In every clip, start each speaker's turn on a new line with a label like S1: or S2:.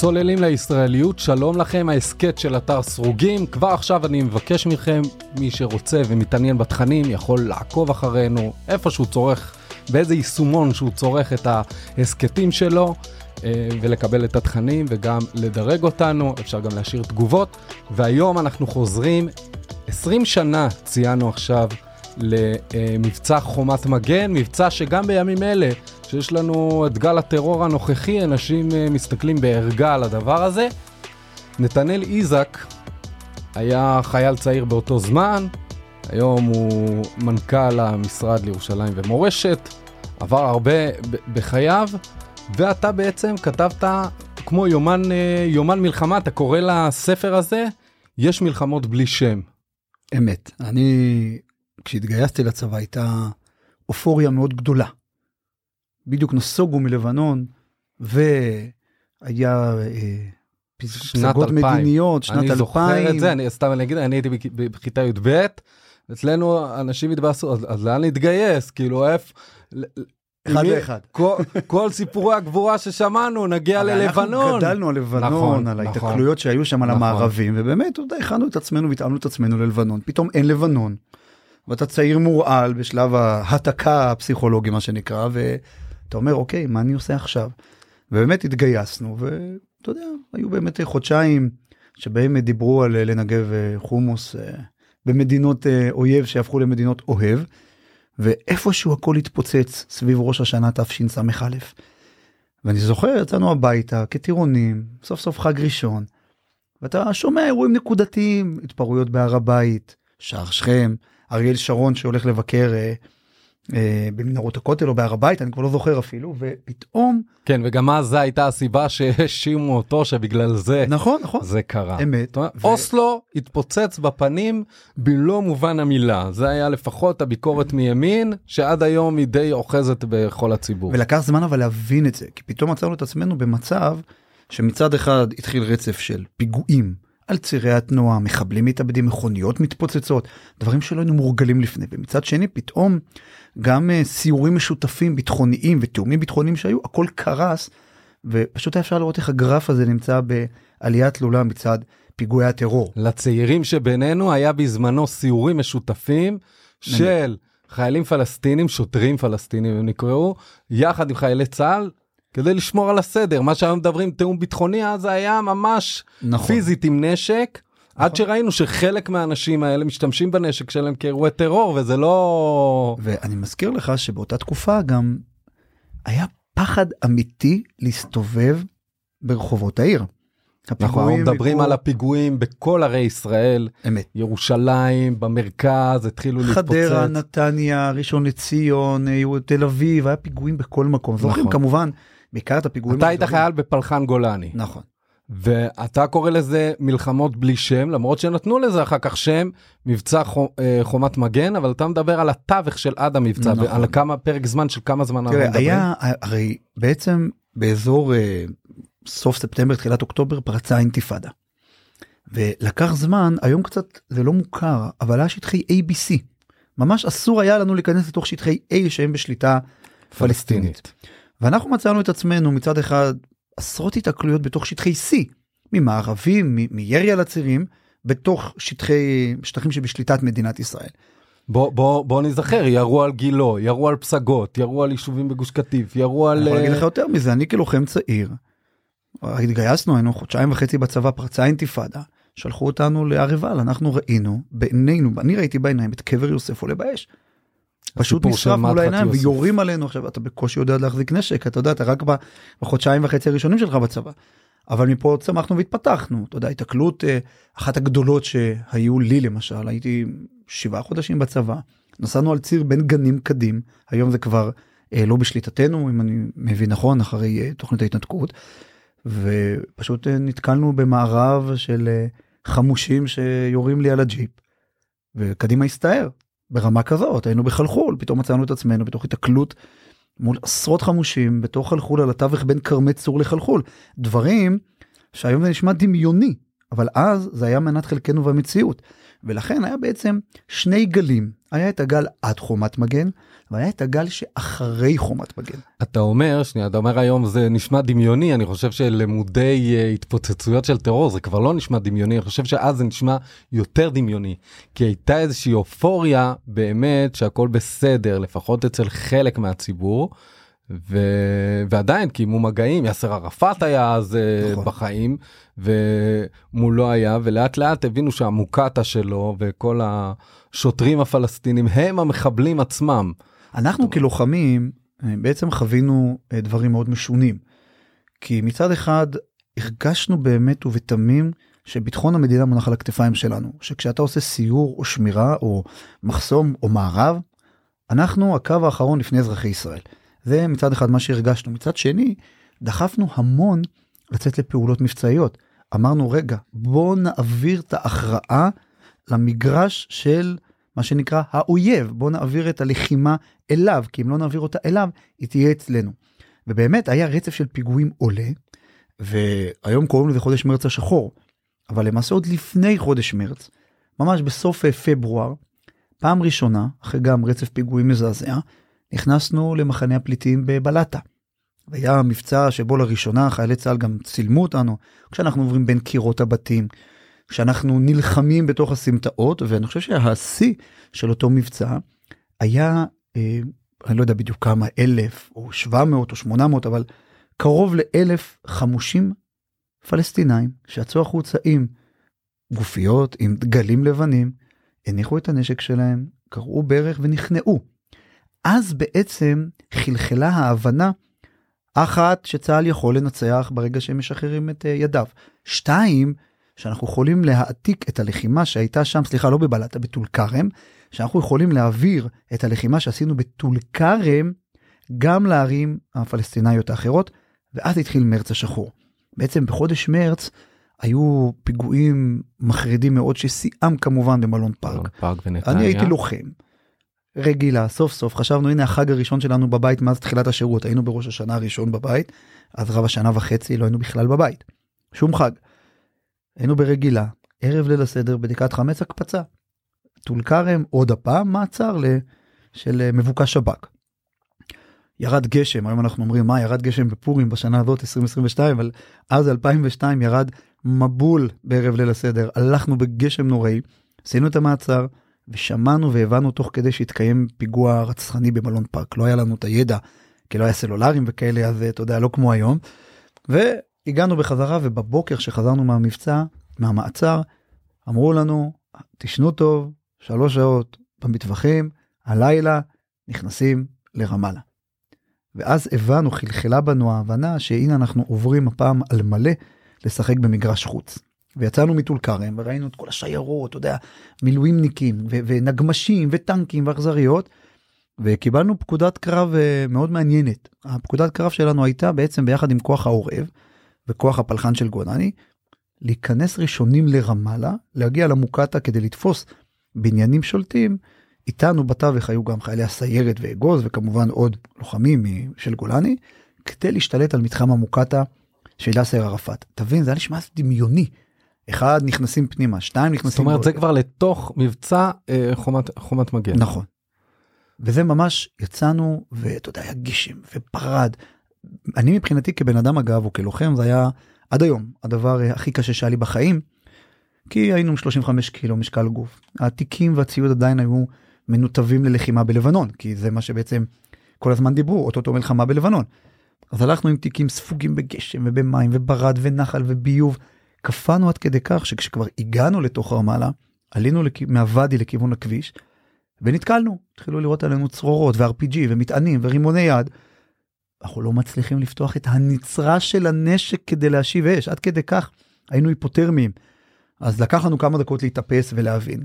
S1: צוללים לישראליות, שלום לכם, ההסקט של אתר סרוגים. כבר עכשיו אני מבקש מכם, מי שרוצה ומתעניין בתכנים יכול לעקוב אחרינו איפה שהוא צורך, באיזה יישומון שהוא צורך את ההסקטים שלו, ולקבל את התכנים וגם לדרג אותנו. אפשר גם להשאיר תגובות. והיום אנחנו חוזרים, 20 שנה ציינו עכשיו למבצע חומת מגן, מבצע שגם בימים אלה שיש לנו את גל הטרור הנוכחי, אנשים מסתכלים בהרגע על הדבר הזה. נתנאל איזק היה חייל צעיר באותו זמן, היום הוא מנכ"ל המשרד לירושלים ומורשת, עבר הרבה בחייו, ואתה בעצם כתבת כמו יומן מלחמה, אתה קורא לספר הזה, יש מלחמות בלי שם.
S2: אמת, כשהתגייסתי לצבא הייתה אופוריה מאוד גדולה. בדיוק נסוגו מלבנון, והיה פסגות מדיניות, שנת 2000.
S1: אני זוכר את זה, אני הייתי בכיתה י"ב, אצלנו אנשים התבאסו, אז לאן להתגייס? כאילו,
S2: אחד ואחד.
S1: כל סיפורי הגבורה ששמענו, נגיע ללבנון.
S2: אנחנו גדלנו על לבנון, על ההתקלויות שהיו שם על המערבים, ובאמת, הכנו את עצמנו והתאמנו את עצמנו ללבנון. פתאום אין לבנון. ואתה צעיר מורעל בשלב ההתקה הפסיכולוגי, מה שנקרא, ואתה אומר, אוקיי, מה אני עושה עכשיו? ובאמת התגייסנו, ואתה יודע, היו באמת חודשיים שבהם דיברו על לנגב חומוס במדינות אויב שהפכו למדינות אוהב, ואיפשהו הכל התפוצץ סביב ראש השנה תשס"א. ואני זוכר, יצאנו הביתה כטירונים, סוף סוף חג ראשון, ואתה שומע אירועים נקודתיים, התפרעויות בהר הבית, שער שכם, אריאל שרון שהולך לבקר במנהרות הכותל או בהר הבית, אני כבר לא זוכר אפילו, ופתאום...
S1: כן, וגם אז זו הייתה הסיבה שהאשימו אותו, שבגלל זה
S2: נכון.
S1: זה קרה.
S2: אמת.
S1: אוסלו התפוצץ בפנים בלא מובן המילה. זה היה לפחות הביקורת מימין, שעד היום היא די אוחזת בכל הציבור.
S2: ולקח זמן אבל להבין את זה, כי פתאום מצאנו את עצמנו במצב שמצד אחד התחיל רצף של פיגועים, על צירי התנועה, מחבלים מתאבדים, מכוניות מתפוצצות, דברים שלא היינו מורגלים לפני, ומצד שני פתאום גם סיורים משותפים ביטחוניים ותאומים ביטחוניים שהיו, הכל קרס, ופשוט היה אפשר לראות איך הגרף הזה נמצא בעלייה תלולה מצד פיגועי הטרור.
S1: לצעירים שבינינו היה בזמנו סיורים משותפים של חיילים פלסטינים, שוטרים פלסטינים הם נקראו, יחד עם חיילי צה"ל, כדי לשמור על הסדר. מה שהיום מדברים תאום ביטחוני, אז היה ממש פיזית עם נשק, עד שראינו שחלק מהאנשים האלה משתמשים בנשק שלהם כאירועי טרור, וזה לא...
S2: ואני מזכיר לך שבאותה תקופה גם היה פחד אמיתי להסתובב ברחובות העיר.
S1: אנחנו מדברים על הפיגועים בכל ערי ישראל,
S2: אמת.
S1: ירושלים, במרכז, התחילו להתפוצץ.
S2: חדרה, נתניה, ראשון לציון, תל אביב, היה פיגועים בכל מקום. זוכרים כמובן, בעיקר את הפיגועים...
S1: אתה היית חייל בפלחן גולני.
S2: נכון.
S1: ואתה קורא לזה מלחמות בלי שם, למרות שנתנו לזה אחר כך שם, מבצע חומת מגן, אבל אתה מדבר על התווך של עד המבצע, נכון. על כמה פרק זמן של כמה זמן אנחנו מדברים.
S2: הרי בעצם באזור סוף ספטמבר, תחילת אוקטובר, פרצה אינתיפאדה. ולקח זמן, היום קצת זה לא מוכר, אבל היה שטחי ABC. ממש אסור היה לנו להיכנס לתוך שטחי A שהם בשליטה פלסטינית. ואנחנו מצאנו את עצמנו מצד אחד עשרות התקלויות בתוך שטחי C, ממערבים, מירי על הצירים, בתוך שטחים שבשליטת מדינת ישראל.
S1: בוא נזכר, ירו על גילו, ירו על פסגות, ירו על יישובים בגוש קטיף, ירו על...
S2: אני יכול להגיד לך יותר מזה, אני כלוחם צעיר, התגייסנו, היינו חודשיים וחצי בצבא, פרצה אינתיפאדה, שלחו אותנו לערבל, אנחנו ראינו בעינינו, אני ראיתי בעיניים את קבר יוסף עולה באש. פשוט נשרף מול העיניים ויורים עלינו. עכשיו אתה בקושי יודע להחזיק נשק, אתה יודע, אתה רק בחודשיים וחצי הראשונים שלך בצבא. אבל מפה צמחנו והתפתחנו. אתה יודע, התקלות, אחת הגדולות שהיו לי למשל, הייתי 7 חודשים בצבא, נסענו על ציר בין גנים קדים, היום זה כבר לא בשליטתנו, אם אני מבין נכון, אחרי תוכנית ההתנתקות, ופשוט נתקלנו במערב של חמושים שיורים לי על הג'יפ, וקדימה הסתער. ברמה כזאת, היינו בחלחול, פתאום מצאנו את עצמנו בתוך התקלות מול עשרות חמושים, בתוך חלחול על התווך בין קרמי צור לחלחול. דברים שהיום זה נשמע דמיוני, אבל אז זה היה מנת חלקנו במציאות, ולכן היה בעצם שני גלים, היה את הגל עד חומת מגן, והיה את הגל שאחרי חומת מגן.
S1: אתה אומר היום זה נשמע דמיוני, אני חושב שלמודי התפוצצויות של טרור זה כבר לא נשמע דמיוני, אני חושב שאז זה נשמע יותר דמיוני, כי הייתה איזושהי אופוריה באמת שהכל בסדר, לפחות אצל חלק מהציבור, ועדיין קיימו מגעים, יאסר ערפאת היה אז בחיים, ומולו היה, ולאט לאט הבינו שהמוקטה שלו וכל השוטרים הפלסטינים הם המחבלים עצמם.
S2: אנחנו כלוחמים בעצם חווינו דברים מאוד משונים, כי מצד אחד הרגשנו באמת ובתמים שביטחון המדינה מונח על הכתפיים שלנו, שכשאתה עושה סיור או שמירה או מחסום או מערב, אנחנו הקו האחרון לפני אזרחי ישראל. זה מצד אחד מה שהרגשנו. מצד שני, דחפנו המון לצאת לפעולות מבצעיות. אמרנו, רגע, בוא נעביר את ההכרעה למגרש של מה שנקרא האויב. בוא נעביר את הלחימה אליו, כי אם לא נעביר אותה אליו, היא תהיה אצלנו. ובאמת היה רצף של פיגועים עולה, והיום קוראים לזה חודש מרץ השחור. אבל למעשה עוד לפני חודש מרץ, ממש בסוף פברואר, פעם ראשונה, אחרי גם רצף פיגועים מזעזע, נכנסנו למחנה הפליטים בבלטה. והיה מבצע שבו לראשונה חיילי צה"ל גם צילמו אותנו, כשאנחנו עוברים בין קירות הבתים, כשאנחנו נלחמים בתוך הסמטאות, ואני חושב שהשיא של אותו מבצע היה, אני לא יודע בדיוק כמה, 1,000 או 700 או 800, אבל קרוב ל1,000 חמושים פלסטינאים, שיצאו החוצה עם גופיות, עם דגלים לבנים, הניחו את הנשק שלהם, קראו ברך ונכנעו. אז בעצם חלחלה ההבנה, אחת, שצה"ל יכול לנצח ברגע שהם משחררים את ידיו. 2, שאנחנו יכולים להעתיק את הלחימה שהייתה שם, סליחה, לא בבלטה, בטול כרם, שאנחנו יכולים להעביר את הלחימה שעשינו בטול כרם, גם לערים הפלסטינאיות האחרות, ואז התחיל מרץ השחור. בעצם בחודש מרץ, היו פיגועים מחרידים מאוד, ששיאם כמובן במלון פארק. אני הייתי לוחם. רגילה, סוף סוף, חשבנו, הנה החג הראשון שלנו בבית, מאז תחילת השירות, היינו בראש השנה הראשון בבית, אז רב השנה וחצי לא היינו בכלל בבית, שום חג. היינו ברגילה, ערב ליל הסדר, בדיקת חמץ הקפצה, טול כרם, עוד הפעם, מעצר של מבוקש שב"כ. ירד גשם, היום אנחנו אומרים, ירד גשם בפורים בשנה הזאת, 2022, אבל אז 2002 ירד מבול בערב ליל הסדר, הלכנו בגשם נוראי, עשינו את המעצר, ושמענו והבנו תוך כדי שהתקיים פיגוע רצחני במלון פארק. לא היה לנו את הידע, כי לא היה סלולרים וכאלה, אז אתה יודע, לא כמו היום. והגענו בחזרה, ובבוקר שחזרנו מהמבצע, מהמעצר, אמרו לנו, תשנו טוב, 3 שעות במטווחים, הלילה נכנסים לרמאללה. ואז הבנו, חלחלה בנו ההבנה, שהנה אנחנו עוברים הפעם על מלא לשחק במגרש חוץ. ויצאנו מטול כרם, וראינו את כל השיירות, אתה יודע, מילואימניקים, ונגמשים, וטנקים, ואכזריות, וקיבלנו פקודת קרב מאוד מעניינת. הפקודת קרב שלנו הייתה בעצם ביחד עם כוח העורב, וכוח הפלחן של גולני, להיכנס ראשונים לרמאללה, להגיע למוקטה כדי לתפוס בניינים שולטים, איתנו בתווך היו גם חיילי הסיירת ואגוז, וכמובן עוד לוחמים של גולני, כדי להשתלט על מתחם המוקטה של יאסר ערפאת. תבין, זה היה נשמע דמיוני. 1 נכנסים פנימה, 2 נכנסים...
S1: זאת אומרת, זה כבר לתוך מבצע חומת מגן.
S2: נכון. וזה ממש יצאנו, ואתה יודע, היה גישים ופרד. אני מבחינתי כבן אדם אגב, או כלוחם, זה היה עד היום הדבר הכי קשה שהיה לי בחיים, כי היינו 35 קילו משקל גוף. העתיקים והציוד עדיין היו מנותבים ללחימה בלבנון, כי זה מה שבעצם כל הזמן דיברו, אותו מלחמה בלבנון. אז הלכנו עם תיקים ספוגים בגשם ובמים וברד ונחל וביוב, קפנו עד כדי כך שכשכבר הגענו לתוך רמאללה, עלינו מהוואדי לכיוון הכביש, ונתקלנו, התחילו לראות עלינו צרורות ו-RPG ומטענים ורימוני יד, אנחנו לא מצליחים לפתוח את הנצרה של הנשק כדי להשיב אש, עד כדי כך היינו היפותרמיים, אז לקח לנו כמה דקות להתאפס ולהבין,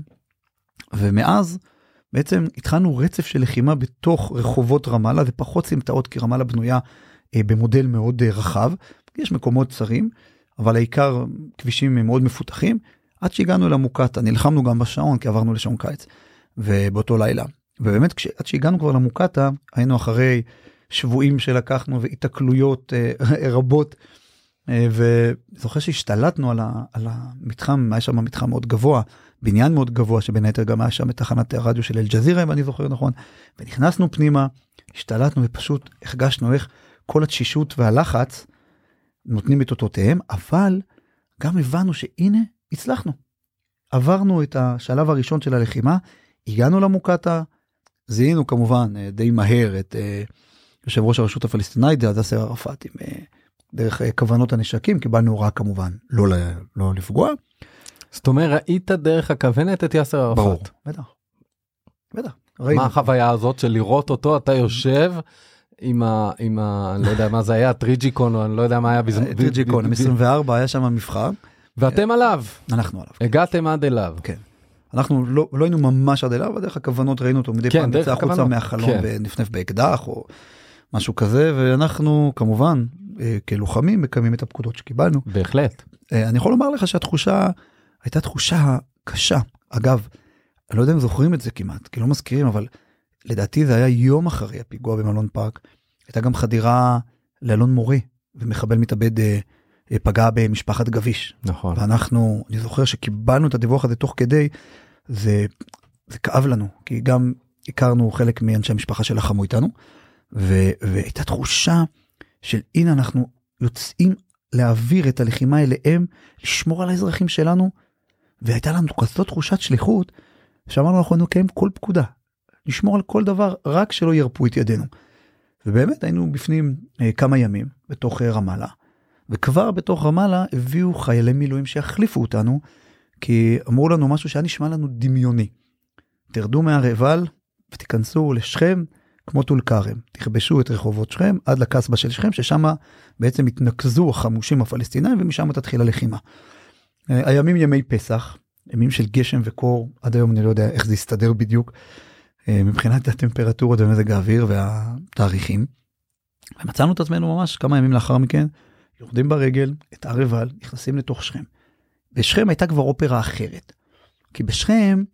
S2: ומאז בעצם התחלנו רצף של לחימה בתוך רחובות רמאללה, זה פחות סמטאות כי רמאללה בנויה במודל מאוד רחב, יש מקומות צרים, אבל העיקר כבישים מאוד מפותחים, עד שהגענו למוקטה, נלחמנו גם בשעון, כי עברנו לשעון קיץ, ובאותו לילה. ובאמת, עד שהגענו כבר למוקטה, היינו אחרי שבועים שלקחנו, והתקלויות רבות, וזוכר שהשתלטנו על המתחם, היה שם מתחם מאוד גבוה, בניין מאוד גבוה, שבין היתר גם היה שם את תחנת הרדיו של אל-ג'זירה, אם אני זוכר נכון, ונכנסנו פנימה, השתלטנו ופשוט הרגשנו איך כל התשישות והלחץ נותנים את אותותיהם, אבל גם הבנו שהנה הצלחנו. עברנו את השלב הראשון של הלחימה, הגענו למוקטעה, זיהינו כמובן די מהר את יושב ראש הרשות הפלסטינאית, יאסר ערפאת, עם דרך כוונות הנשקים, קיבלנו הוראה כמובן לא לפגוע.
S1: זאת אומרת, ראית דרך הכוונת את יאסר ערפאת?
S2: ברור, בטח.
S1: מה החוויה הזאת של לראות אותו, אתה יושב עם לא יודע מה זה היה, טריג'יקון, או אני לא יודע מה היה בזמן.
S2: טריג'יקון, M24, היה שם מבחר.
S1: ואתם עליו?
S2: אנחנו עליו.
S1: הגעתם עד אליו?
S2: כן. אנחנו לא היינו ממש עד אליו, אבל דרך הכוונות ראינו אותו מדי פעם נצא החוצה מהחלום ונפנף באקדח או משהו כזה, ואנחנו כמובן כלוחמים מקיימים את הפקודות שקיבלנו.
S1: בהחלט.
S2: אני יכול לומר לך שהתחושה הייתה תחושה קשה. אגב, אני לא יודע אם זוכרים את זה כמעט, כי לא מזכירים, אבל לדעתי זה היה יום אחרי הפיגוע במלון פארק. הייתה גם חדירה לאלון מורי, ומחבל מתאבד פגע במשפחת גביש.
S1: נכון.
S2: ואנחנו, אני זוכר שקיבלנו את הדיווח הזה תוך כדי, זה כאב לנו, כי גם הכרנו חלק מאנשי המשפחה שלחמו איתנו, והייתה תחושה של הנה אנחנו יוצאים להעביר את הלחימה אליהם, לשמור על האזרחים שלנו, והייתה לנו כזאת תחושת שליחות, שאמרנו אנחנו נקיים כל פקודה, לשמור על כל דבר, רק שלא ירפו את ידינו. ובאמת היינו בפנים כמה ימים, בתוך רמאללה, וכבר בתוך רמאללה הביאו חיילי מילואים שיחליפו אותנו, כי אמרו לנו משהו שהיה נשמע לנו דמיוני. תרדו מהרבל ותיכנסו לשכם כמו טול כרם. תכבשו את רחובות שכם עד לקסבה של שכם, ששם בעצם התנקזו החמושים הפלסטינאים, ומשם תתחיל הלחימה. הימים ימי פסח, ימים של גשם וקור, עד היום אני לא יודע איך זה יסתדר בדיוק, מבחינת הטמפרטורות ומזג האוויר והתאריכים. ומצאנו את עצמנו ממש כמה ימים לאחר מכן, יורדים ברגל את הרבל, נכנסים לתוך שכם. בשכם הייתה כבר אופרה אחרת. כי בשכם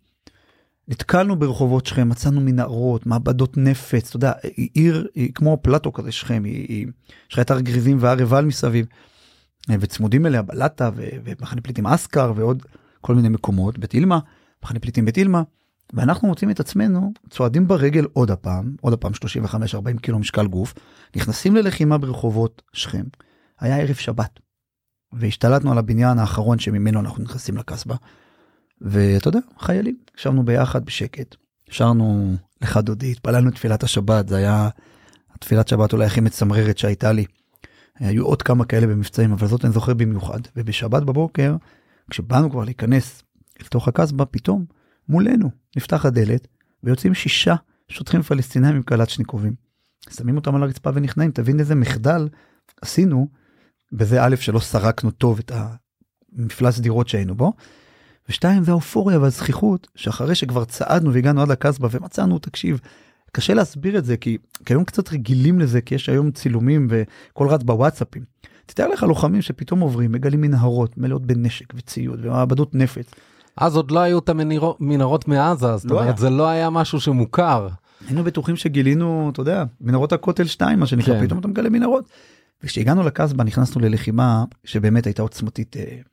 S2: נתקלנו ברחובות שכם, מצאנו מנהרות, מעבדות נפץ, אתה יודע, עיר היא כמו פלטו כזה שכם, יש לך את הרגריבים והרבל מסביב, וצמודים אליה בלטה, ומחנה פליטים אסקר, ועוד כל מיני מקומות, בית אילמה, מחנה פליטים בית אילמה, ואנחנו מוצאים את עצמנו, צועדים ברגל עוד הפעם 35-40 קילו משקל גוף, נכנסים ללחימה ברחובות שכם, היה ערב שבת, והשתלטנו על הבניין האחרון שממנו אנחנו נכנסים לקסבה, ואתה יודע, חיילים, ישבנו ביחד בשקט, שרנו לך דודי, התפללנו תפילת השבת, זה היה תפילת שבת אולי הכי מצמררת שהייתה לי, היו עוד כמה כאלה במבצעים, אבל זאת אני זוכר במיוחד, ובשבת בבוקר, כשבאנו כבר להיכנס אל תוך הקסבה, פתאום מולנו נפתח הדלת, ויוצאים 6 שוטרים פלסטינאים עם קלצ'ניקובים, שמים אותם על הרצפה ונכנעים, תבין איזה מחדל עשינו, בזה א' שלא סרקנו טוב את המפלס דירות שהיינו בו, ושתיים זה האופוריה והזכיחות, שאחרי שכבר צעדנו והגענו עד לקסבה ומצאנו, תקשיב, קשה להסביר את זה, כי היום קצת רגילים לזה, כי יש היום צילומים וכל רץ בוואטסאפים. תתאר לך לוחמים שפתאום עוברים, מגלים מנהרות, מלאות בנשק וציוד ומעבדות נפץ.
S1: אז עוד לא היו את המנהרות מעזה, זאת אומרת, זה לא היה משהו שמוכר.
S2: היינו בטוחים שגילינו, אתה יודע, מנהרות הכותל 2, מה שנקרא, פתאום אתה מגלה מנהרות. וכשהגענו לקסבה, נכנסנו ללחימה שבאמת הייתה עוצמתית,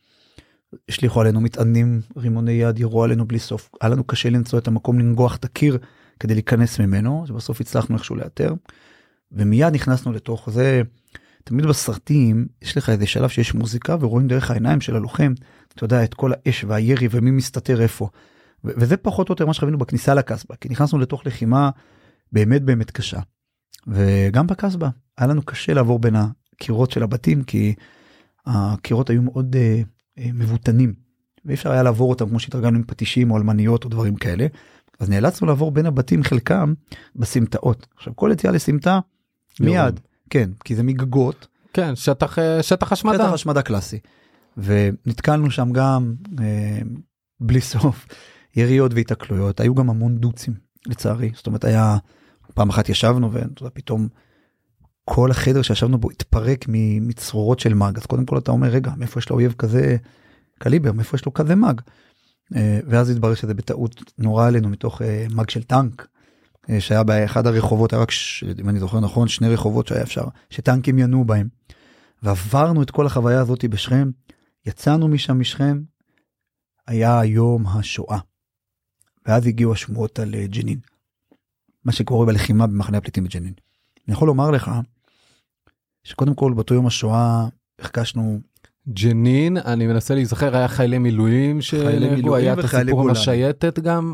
S2: השליחו עלינו מטענים, רימוני יד, ירו עלינו בלי סוף, היה לנו קשה למצוא את המקום לנגוח את הקיר כדי להיכנס ממנו, שבסוף הצלחנו איכשהו לאתר, ומיד נכנסנו לתוך זה, תמיד בסרטים, יש לך איזה שלב שיש מוזיקה, ורואים דרך העיניים של הלוחם, אתה יודע, את כל האש והירי ומי מסתתר איפה, וזה פחות או יותר מה שחווינו בכניסה לקסבה, כי נכנסנו לתוך לחימה באמת באמת קשה, וגם בקסבה, היה לנו קשה לעבור בין הקירות של הבתים, כי הקירות היו מאוד מבוטנים, ואי אפשר היה לעבור אותם כמו שהתרגלנו עם פטישים או אלמניות או דברים כאלה, אז נאלצנו לעבור בין הבתים חלקם בסמטאות. עכשיו כל יציאה לסמטה מיד, כן, כי זה מגגות.
S1: כן, שטח השמדה.
S2: שטח השמדה קלאסי. ונתקלנו שם גם בלי סוף יריות והתקלויות, היו גם המון דוצים לצערי, זאת אומרת היה, פעם אחת ישבנו ופתאום כל החדר שישבנו בו התפרק מצרורות של מג, אז קודם כל אתה אומר, רגע, מאיפה יש לו אויב כזה קליבר, מאיפה יש לו כזה מג? ואז התברר שזה בטעות נורא עלינו מתוך מג של טנק, שהיה באחד הרחובות, היה רק, אם אני זוכר נכון, 2 רחובות שהיה אפשר, שטנקים ינועו בהם, ועברנו את כל החוויה הזאת בשכם, יצאנו משם משכם, היה יום השואה. ואז הגיעו השמועות על ג'נין. מה שקורה בלחימה במחנה הפליטים בג'נין. אני יכול לומר לך, שקודם כל באותו יום השואה, הרגשנו...
S1: ג'נין, אני מנסה להיזכר, היה חיילי מילואים שנהרגו, היה את הסיפור עם השייטת גם.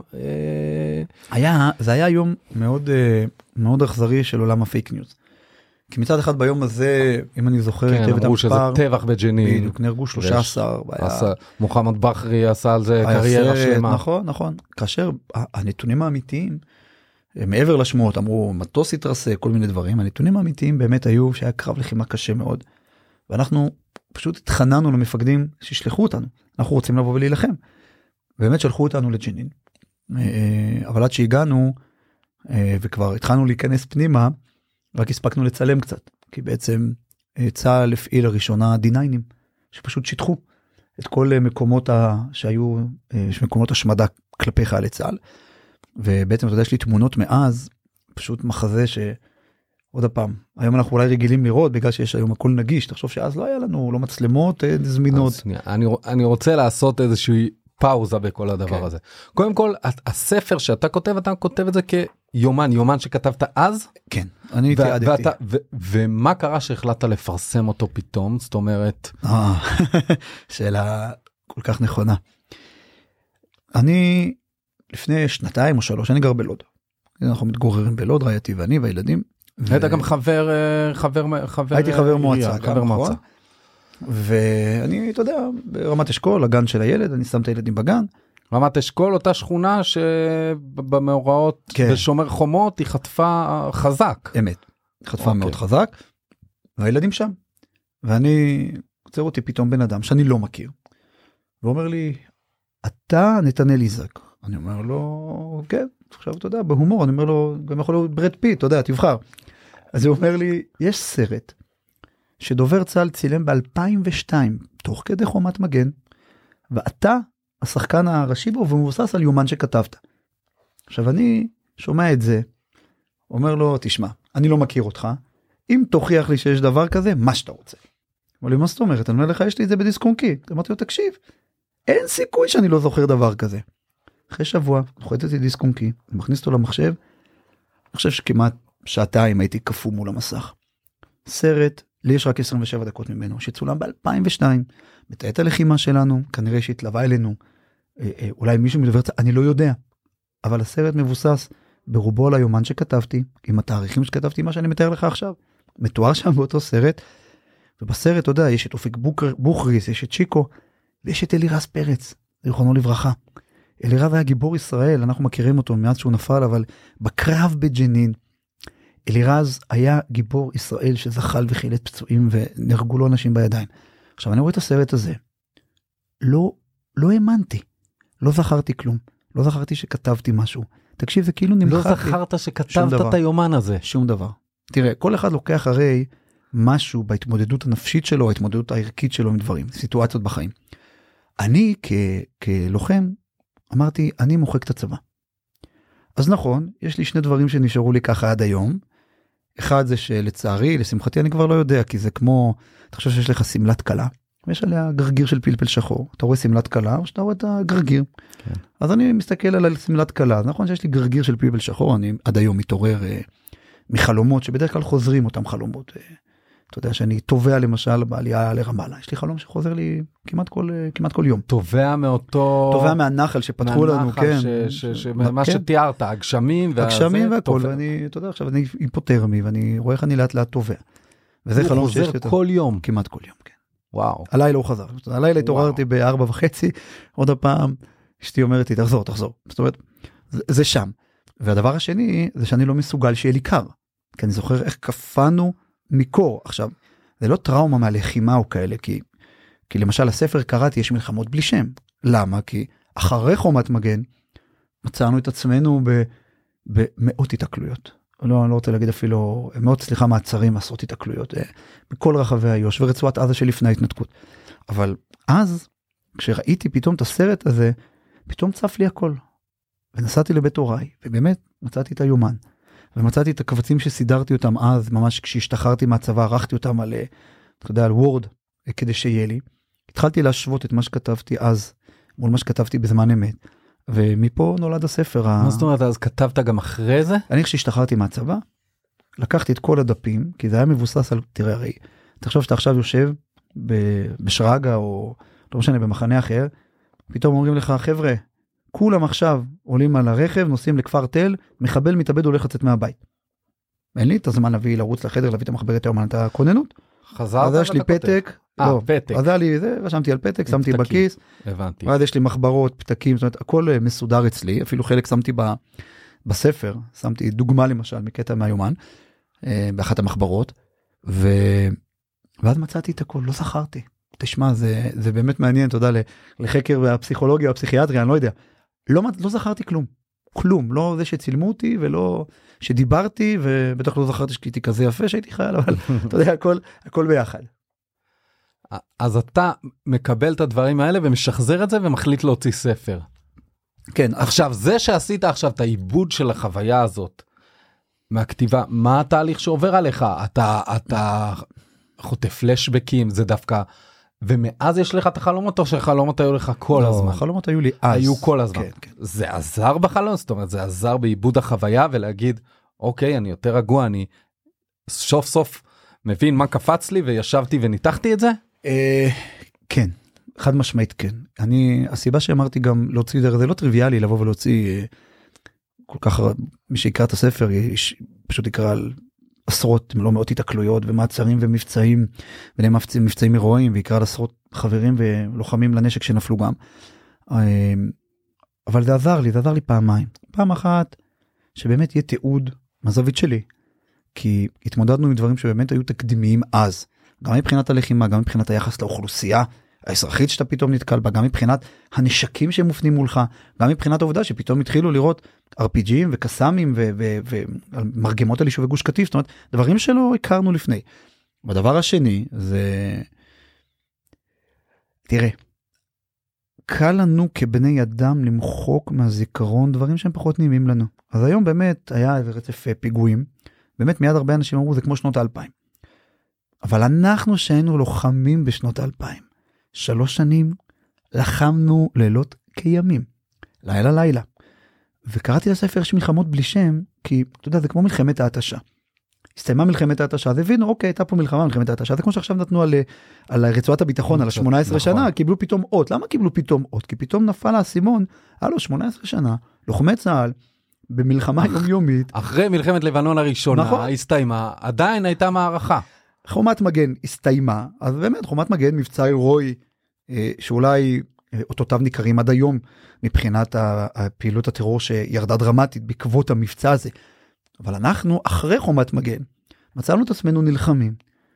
S2: זה היה יום מאוד, מאוד אכזרי של עולם הפייק ניוז. כי מצד אחד ביום הזה, אם אני זוכר,
S1: כן, אמרו שזה טבח בג'נין.
S2: בדיוק, נהרגו 13.
S1: מוחמד בחרי עשה על זה קריירה שלמה.
S2: נכון, נכון. כאשר הנתונים האמיתיים, מעבר לשמועות, אמרו, מטוס התרסק, כל מיני דברים, הנתונים האמיתיים באמת היו שהיה קרב לחימה קשה מאוד. ואנחנו פשוט התחננו למפקדים שישלחו אותנו. אנחנו רוצים לבוא ולהילחם. באמת שלחו אותנו לג'נין. אבל עד שהגענו, וכבר התחלנו להיכנס פנימה, רק הספקנו לצלם קצת. כי בעצם צה"ל הפעיל לראשונה D9, שפשוט שיתחו את כל מקומות שהיו, מקומות השמדה כלפי חיילי צה"ל. ובעצם אתה יודע, יש לי תמונות מאז, פשוט מחזה עוד הפעם, היום אנחנו אולי רגילים לראות, בגלל שיש היום הכל נגיש, תחשוב שאז לא היה לנו, לא מצלמות זמינות.
S1: אני רוצה לעשות איזושהי פאוזה בכל הדבר הזה. קודם כל, הספר שאתה כותב, אתה כותב את זה כיומן שכתבת אז?
S2: כן, אני תיעדתי.
S1: ומה קרה שהחלטת לפרסם אותו פתאום? זאת אומרת...
S2: שאלה כל כך נכונה. אני, לפני 2 או 3, אני גר בלוד. אנחנו מתגוררים בלוד, רעייתי ואני והילדים.
S1: היית גם חבר
S2: הייתי חבר מועצה, ואני, אתה יודע, ברמת אשכול, הגן של הילד, אני שם את הילדים בגן.
S1: רמת אשכול, אותה שכונה שבמאורעות בשומר חומות, היא חטפה חזק.
S2: אמת, חטפה מאוד חזק, והילדים שם. ואני, עוצר אותי פתאום בן אדם שאני לא מכיר, ואומר לי, אתה נתנאל איזק. אני אומר לו, כן, עכשיו אתה יודע, בהומור, אני אומר לו, גם יכול להיות ברד פיט, אתה יודע, תבחר. אז הוא אומר לי, יש סרט שדובר צה"ל צילם ב-2002, תוך כדי חומת מגן, ואתה השחקן הראשי בו, ומבוסס על יומן שכתבת. עכשיו אני שומע את זה, אומר לו, תשמע, אני לא מכיר אותך, אם תוכיח לי שיש דבר כזה, מה שאתה רוצה. אבל לי, מה זאת אומרת? אני אומר לך, יש לי את זה בדיסק-און-קי. אמרתי לו, תקשיב, אין סיכוי שאני לא זוכר דבר כזה. אחרי שבוע, חוטטתי דיסק-און-קי, מכניס אותו למחשב, אני חושב שכמעט 2 הייתי קפוא מול המסך. סרט, לי יש רק 27 דקות ממנו, שצולם ב-2002, מתאית הלחימה שלנו, כנראה שהתלווה אלינו, אולי מישהו מדבר, אני לא יודע, אבל הסרט מבוסס ברובו על היומן שכתבתי, עם התאריכים שכתבתי, מה שאני מתאר לך עכשיו, מתואר שם באותו סרט, ובסרט, אתה יודע, יש את אופק בוכריס, יש את שיקו, ויש את אלירז פרץ, זיכרונו לברכה. אלירז היה גיבור ישראל, אנחנו מכירים אותו מאז שהוא נפל, אבל בקרב בג'נין, אלירז היה גיבור ישראל שזחל וחילץ פצועים ונהרגו לו אנשים בידיים. עכשיו אני רואה את הסרט הזה, לא האמנתי, לא זכרתי כלום, לא זכרתי שכתבתי משהו. תקשיב, זה כאילו נמחק לי.
S1: לא זכרת שכתבת את היומן הזה.
S2: שום דבר. תראה, כל אחד לוקח הרי משהו בהתמודדות הנפשית שלו, ההתמודדות הערכית שלו עם דברים, סיטואציות בחיים. אני כלוחם, אמרתי, אני מוחק את הצבא. אז נכון, יש לי 2 דברים שנשארו לי ככה עד היום. אחד זה שלצערי, לשמחתי אני כבר לא יודע, כי זה כמו, אתה חושב שיש לך סמלת קלה, ויש עליה גרגיר של פלפל שחור. אתה רואה סמלת קלה, או שאתה רואה את הגרגיר. כן. אז אני מסתכל על סמלת קלה, אז נכון שיש לי גרגיר של פלפל שחור, אני עד היום מתעורר מחלומות, שבדרך כלל חוזרים אותם חלומות. אתה יודע שאני תובע למשל בעלייה לרמאללה, יש לי חלום שחוזר לי כמעט כל יום.
S1: תובע
S2: מהנחל שפתחו לנו, כן.
S1: מה שתיארת, הגשמים
S2: והכל, ואני, אתה יודע, עכשיו אני היפותרמי, ואני רואה איך אני לאט לאט תובע. וזה חלום שיש לי.
S1: הוא חוזר כל יום.
S2: כמעט כל יום, כן.
S1: וואו.
S2: הלילה הוא חזר. הלילה התעוררתי ב-4:30, עוד הפעם, אשתי אומרת לי, תחזור. זאת אומרת, זה שם. והדבר השני, זה שאני לא מסוגל שיהיה לי קר. כי אני זוכר איך קפנו מקור. עכשיו, זה לא טראומה מהלחימה או כאלה, כי למשל הספר קראתי, יש מלחמות בלי שם. למה? כי אחרי חומת מגן, מצאנו את עצמנו במאות התקלויות. אני לא רוצה להגיד אפילו, מעצרים, עשרות התקלויות, בכל רחבי איו"ש, ורצועת עזה שלפני ההתנתקות. אבל אז, כשראיתי פתאום את הסרט הזה, פתאום צף לי הכל. ונסעתי לבית הוריי, ובאמת מצאתי את היומן. ומצאתי את הקבצים שסידרתי אותם אז, ממש כשהשתחררתי מהצבא, ערכתי אותם על, אתה יודע, על וורד, כדי שיהיה לי. התחלתי להשוות את מה שכתבתי אז, מול מה שכתבתי בזמן אמת, ומפה נולד הספר.
S1: מה זאת אומרת, אז כתבת גם אחרי זה?
S2: אני כשהשתחררתי מהצבא, לקחתי את כל הדפים, כי זה היה מבוסס על, תראה, הרי, תחשוב שאתה עכשיו יושב בשרגה, או לא משנה, במחנה אחר, פתאום אומרים לך, חבר'ה, כולם עכשיו עולים על הרכב, נוסעים לכפר תל, מחבל מתאבד הולך לצאת מהבית. אין לי את הזמן להביא לרוץ לחדר, להביא את המחברת היום, את הכוננות.
S1: חזרת?
S2: אז יש לי פתק,
S1: פתק.
S2: אז היה לי זה, רשמתי על פתק, שמתי בכיס.
S1: הבנתי.
S2: ואז יש לי מחברות, פתקים, זאת אומרת, הכל מסודר אצלי, אפילו חלק שמתי בספר, שמתי דוגמה למשל, מקטע מהיומן, באחת המחברות, ואז מצאתי את הכל, לא זכרתי. תשמע, זה באמת מעניין, תודה לחקר והפסיכולוגיה, הפסיכיאטריה, אני לא יודע. לא זכרתי כלום, לא זה שצילמו אותי, ולא שדיברתי, ובטח לא זכרתי שהייתי כזה יפה שהייתי חייל, אבל אתה יודע, הכל ביחד.
S1: אז אתה מקבל את הדברים האלה, ומשחזר את זה, ומחליט להוציא ספר.
S2: כן.
S1: עכשיו, זה שעשית עכשיו את העיבוד של החוויה הזאת, מהכתיבה, מה התהליך שעובר עליך? אתה חוטף פלשבקים, זה דווקא, ומאז יש לך את החלומות, או שהחלומות היו לך כל הזמן?
S2: החלומות היו לי אז.
S1: היו כל הזמן.
S2: כן.
S1: זה עזר בחלום? זאת אומרת, זה עזר בעיבוד החוויה, ולהגיד, אוקיי, אני יותר רגוע, אני סוף סוף מבין מה קפץ לי, וישבתי וניתחתי את זה?
S2: כן, חד משמעית כן. הסיבה שאמרתי גם להוציא, זה לא טריוויאלי לבוא ולהוציא כל כך, מי שיקרא את הספר, פשוט יקרא על עשרות, לא מאות התקלויות ומעצרים ומבצעים, ביניהם מבצעים הירואיים, ויקרא על עשרות חברים ולוחמים לנשק שנפלו גם. אבל זה עזר לי פעמיים. פעם אחת, שבאמת יהיה תיעוד מהזווית שלי, כי התמודדנו עם דברים שבאמת היו תקדימיים אז, גם מבחינת הלחימה, גם מבחינת היחס לאוכלוסייה האזרחית שאתה פתאום נתקל בה, גם מבחינת הנשקים שמופנים מולך, גם מבחינת העובדה שפתאום התחילו לראות RPG'ים וקסאמים ומרגמות על יישובי גוש קטיף, זאת אומרת, דברים שלא הכרנו לפני. והדבר השני זה, תראה, קל לנו כבני אדם למחוק מהזיכרון דברים שהם פחות נעימים לנו. אז היום באמת היה רצף פיגועים, באמת מיד הרבה אנשים אמרו, זה כמו שנות ה-2000. אבל אנחנו שהיינו לוחמים בשנות ה-2000, 3 שנים לחמנו לילות כימים, לילה. וקראתי לספר שמלחמות בלי שם, כי אתה יודע, זה כמו מלחמת ההתשה. הסתיימה מלחמת ההתשה, אז הבינו, אוקיי, הייתה פה מלחמת ההתשה, זה כמו שעכשיו נתנו על רצועת הביטחון, על 18 שנה, קיבלו פתאום אות. למה קיבלו פתאום אות? כי פתאום נפל האסימון, 18 שנה, לוחמי צה"ל, במלחמה יומיומית.
S1: אחרי מלחמת לבנון הראשונה,
S2: נכון.
S1: הסתיימה, עדיין הייתה מערכה.
S2: חומת מגן הסתיימה, אז באמת חומת מגן מבצע הירואי, שאולי אותותיו ניכרים עד היום, מבחינת הפעילות הטרור שירדה דרמטית בעקבות המבצע הזה. אבל אנחנו, אחרי חומת מגן, מצאנו את עצמנו נלחמים.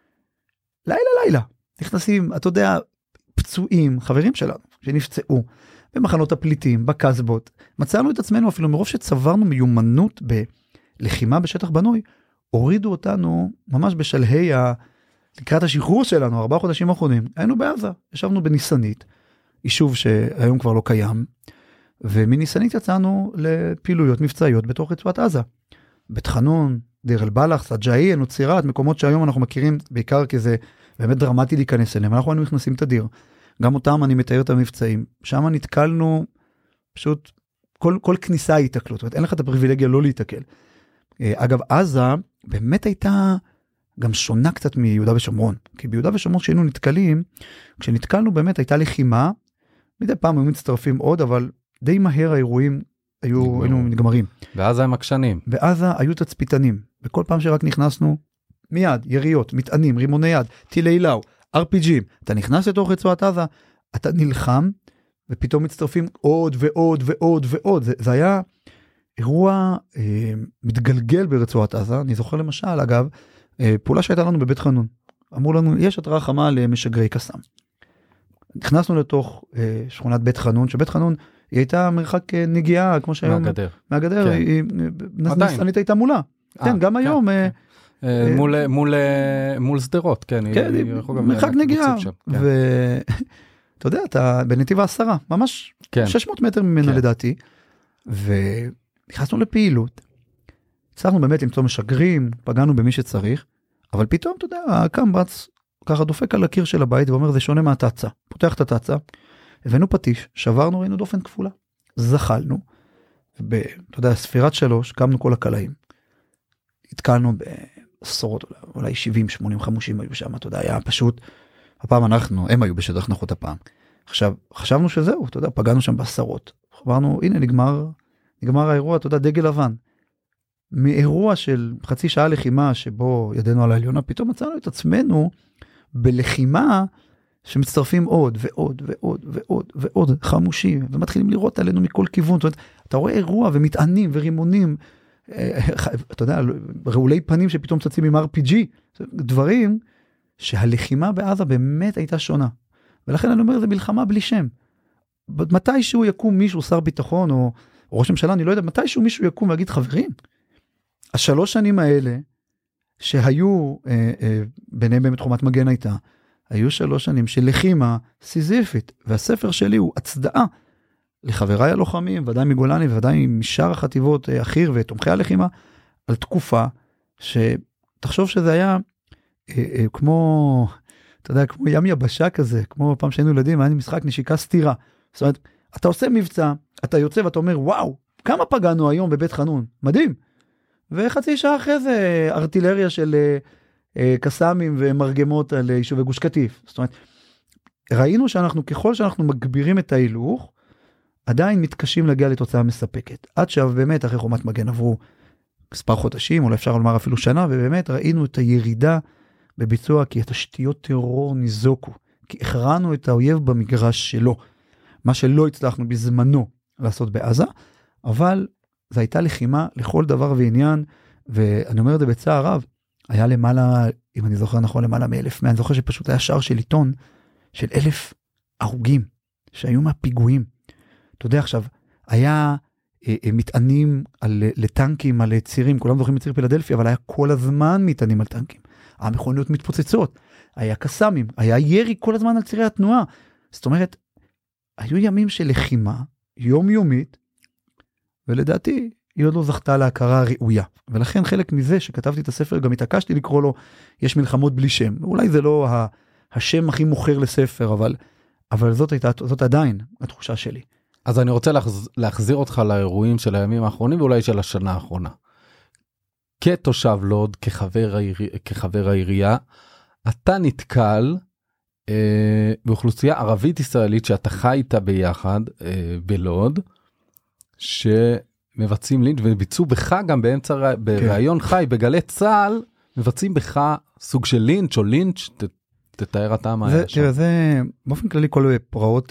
S2: לילה. נכנסים, אתה יודע, פצועים, חברים שלנו, שנפצעו, במחנות הפליטים, בקסבות. מצאנו את עצמנו אפילו מרוב שצברנו מיומנות בלחימה בשטח בנוי, הורידו אותנו ממש בשלהי לקראת השחרור שלנו, 4 חודשים האחרונים. היינו בעזה, ישבנו בניסנית, יישוב שהיום כבר לא קיים, ומניסנית יצאנו לפעילויות מבצעיות בתוך רצועת עזה. בית חנון, דיר אל בלח, סג'אי, נוצירת, מקומות שהיום אנחנו מכירים בעיקר כי זה באמת דרמטי להיכנס אליהם. אנחנו היינו נכנסים תדיר. גם אותם אני מתאר את המבצעים. שם נתקלנו, פשוט כל כניסה היא התקלות. זאת אומרת, אין לך את הפריבילגיה לא להתקל. אגב, עזה באמת הייתה גם שונה קצת מיהודה ושומרון. כי ביהודה ושומרון כשהיינו נתקלים, כשנתקלנו באמת הייתה לחימה, מדי פעם היו מצטרפים עוד, אבל די מהר האירועים היינו נגמרים.
S1: בעזה הם עקשנים.
S2: בעזה היו תצפיתנים, וכל פעם שרק נכנסנו, מיד, יריות, מטענים, רימוני יד, טילי לאו, RPG'ים, אתה נכנס לתוך רצועת עזה, אתה נלחם, ופתאום מצטרפים עוד ועוד ועוד ועוד. זה היה אירוע מתגלגל ברצועת עזה. אני זוכר למשל, אגב, פעולה שהייתה לנו בבית חנון. אמרו לנו, יש התראה חמה למשגרי קסאם. נכנסנו לתוך שכונת בית חנון, שבית חנון היא הייתה מרחק נגיעה, כמו שהיום... מהגדר. ניסנית הייתה מולה. כן, גם היום...
S1: מול סדרות, כן.
S2: מרחק נגיעה. ואתה יודע, אתה בנתיב 10, ממש 600 מטר ממנה לדעתי, ונכנסנו לפעילות, הצלחנו באמת למצוא משגרים, פגענו במי שצריך, אבל פתאום, אתה יודע, הקמב"ץ ככה דופק על הקיר של הבית ואומר, זה שונה מהתצה. פותח את התצה, הבאנו פטיש, שברנו, ראינו דופן כפולה. זחלנו, אתה יודע, ספירת 3, קמנו כל הקלעים. התקלנו בעשרות, אולי 70, 80, 50 היו שם, אתה יודע, היה פשוט, הפעם הם היו בשטח נחות הפעם. עכשיו, חשבנו שזהו, אתה יודע, פגענו שם בעשרות. אמרנו, הנה, נגמר האירוע, אתה יודע, דגל לבן. מאירוע של חצי שעה לחימה, שבו ידנו על העליונה, פתאום מצאנו את עצמנו בלחימה, שמצטרפים עוד ועוד ועוד ועוד ועוד חמושים, ומתחילים לראות עלינו מכל כיוון. זאת אומרת, אתה רואה אירוע ומטענים ורימונים, אתה יודע, רעולי פנים שפתאום צצים עם RPG, דברים שהלחימה בעזה באמת הייתה שונה. ולכן אני אומר, זה מלחמה בלי שם. מתישהו יקום מישהו, שר ביטחון או ראש ממשלה, אני לא יודע, מתישהו מישהו יקום ויגיד, חברים, 3 שנים האלה, שהיו, ביניהם באמת חומת מגן הייתה, היו 3 שנים של לחימה סיזיפית, והספר שלי הוא הצדעה לחבריי הלוחמים, ודאי מגולני וודאי משאר החטיבות אחיר ותומכי הלחימה, על תקופה שתחשוב שזה היה כמו, אתה יודע, כמו ים יבשה כזה, כמו פעם שהיינו ילדים, היה משחק נשיקה סתירה. זאת אומרת, אתה עושה מבצע, אתה יוצא ואתה אומר, וואו, כמה פגענו היום בבית חנון, מדהים. וחצי שעה אחרי זה, ארטילריה של קסאמים ומרגמות על יישובי גוש קטיף. זאת אומרת, ראינו שאנחנו, ככל שאנחנו מגבירים את ההילוך, עדיין מתקשים להגיע לתוצאה מספקת. עד שבאמת, אחרי חומת מגן עברו מספר חודשים, אולי אפשר לומר אפילו שנה, ובאמת ראינו את הירידה בביצוע, כי התשתיות טרור ניזוקו, כי הכרענו את האויב במגרש שלו, מה שלא הצלחנו בזמנו לעשות בעזה, אבל זו הייתה לחימה לכל דבר ועניין, ואני אומר את זה בצער רב, היה למעלה, אם אני זוכר נכון, למעלה מ-1,100, אני זוכר שפשוט היה שער של עיתון, של 1,000 הרוגים, שהיו מהפיגועים. אתה יודע עכשיו, היה מטענים לטנקים, על צירים, כולם זוכרים מציר פילדלפיה, אבל היה כל הזמן מטענים על טנקים. המכוניות מתפוצצות, היה קסאמים, היה ירי כל הזמן על צירי התנועה. זאת אומרת, היו ימים של לחימה, יומיומית, ולדעתי, היא עוד לא זכתה להכרה ראויה. ולכן חלק מזה שכתבתי את הספר, גם התעקשתי לקרוא לו, יש מלחמות בלי שם. אולי זה לא השם הכי מוכר לספר, אבל זאת עדיין התחושה שלי.
S1: אז אני רוצה להחזיר אותך לאירועים של הימים האחרונים, ואולי של השנה האחרונה. כתושב לוד, כחבר העירייה, אתה נתקל באוכלוסייה ערבית ישראלית שאתה חי איתה ביחד בלוד, שמבצעים לינץ' וביצעו בך גם באמצע, ברעיון חי, בגלי צהל, מבצעים בך סוג של לינץ' או לינץ', תתאר אתה מה היה שם.
S2: תראה, זה באופן כללי כל פרעות,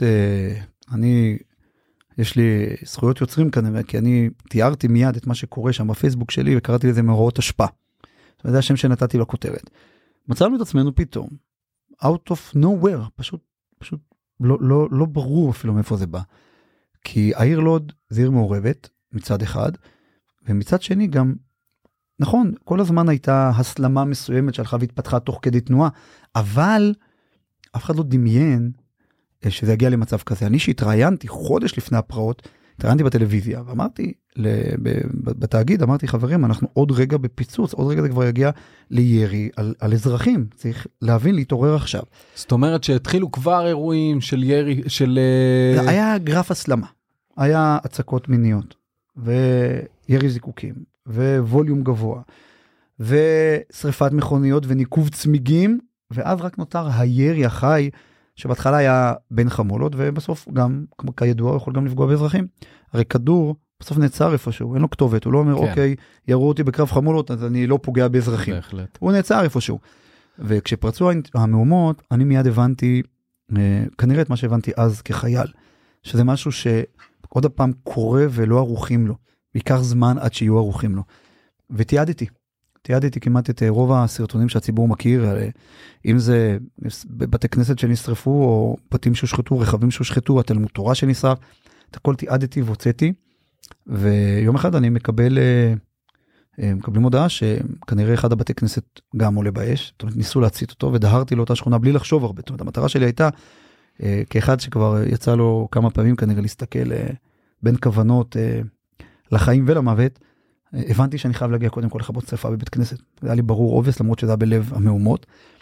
S2: יש לי זכויות יוצרים כנראה, כי אני תיארתי מיד את מה שקורה שם בפייסבוק שלי, וקראתי לזה מאורעות השפעה. זה השם שנתתי לו כותרת. מצאנו את עצמנו פתאום, out of nowhere, פשוט לא ברור אפילו מאיפה זה בא. כי העיר לוד זה עיר מעורבת, מצד אחד, ומצד שני גם, נכון, כל הזמן הייתה הסלמה מסוימת שהלכה והתפתחה תוך כדי תנועה, אבל אף אחד לא דמיין שזה יגיע למצב כזה. אני שהתראיינתי חודש לפני הפרעות, התראיינתי בטלוויזיה, ואמרתי, בתאגיד, אמרתי, חברים, אנחנו עוד רגע בפיצוץ, עוד רגע זה כבר יגיע לירי על אזרחים, צריך להבין, להתעורר עכשיו.
S1: זאת אומרת שהתחילו כבר אירועים של ירי,
S2: היה גרף הסלמה, היה הצקות מיניות, וירי זיקוקים, וווליום גבוה, ושריפת מכוניות, וניקוב צמיגים, ואז רק נותר הירי החי, שבהתחלה היה בין חמולות, ובסוף גם, כידוע, הוא יכול גם לפגוע באזרחים. הרי כדור, בסוף נעצר איפשהו, אין לו כתובת, הוא לא אומר, אוקיי, ירו אותי בקרב חמולות, אז אני לא פוגע באזרחים.
S1: בהחלט.
S2: הוא נעצר איפשהו. וכשפרצו המהומות, אני מיד הבנתי, כנראה את מה שהבנתי אז כחייל, שזה משהו שעוד הפעם קורה ולא ערוכים לו. בעיקר זמן עד שיהיו ערוכים לו. תיעדתי כמעט את רוב הסרטונים שהציבור מכיר, אם זה בבתי כנסת שנשרפו, או בתים שהושחתו, רכבים שהושחתו, התלמוד תורה שנשרף, את הכל תיעדתי והוצאתי, ויום אחד אני מקבלים הודעה שכנראה אחד הבתי כנסת גם עולה באש, זאת אומרת ניסו להצית אותו, ודהרתי לאותה שכונה בלי לחשוב הרבה, זאת אומרת המטרה שלי הייתה, כאחד שכבר יצא לו כמה פעמים כנראה להסתכל בין כוונות לחיים ולמוות, הבנתי שאני חייב להגיע קודם כל לכבות שריפה בבית כנסת. זה היה לי ברור אובס, למרות שזה היה בלב המהומות.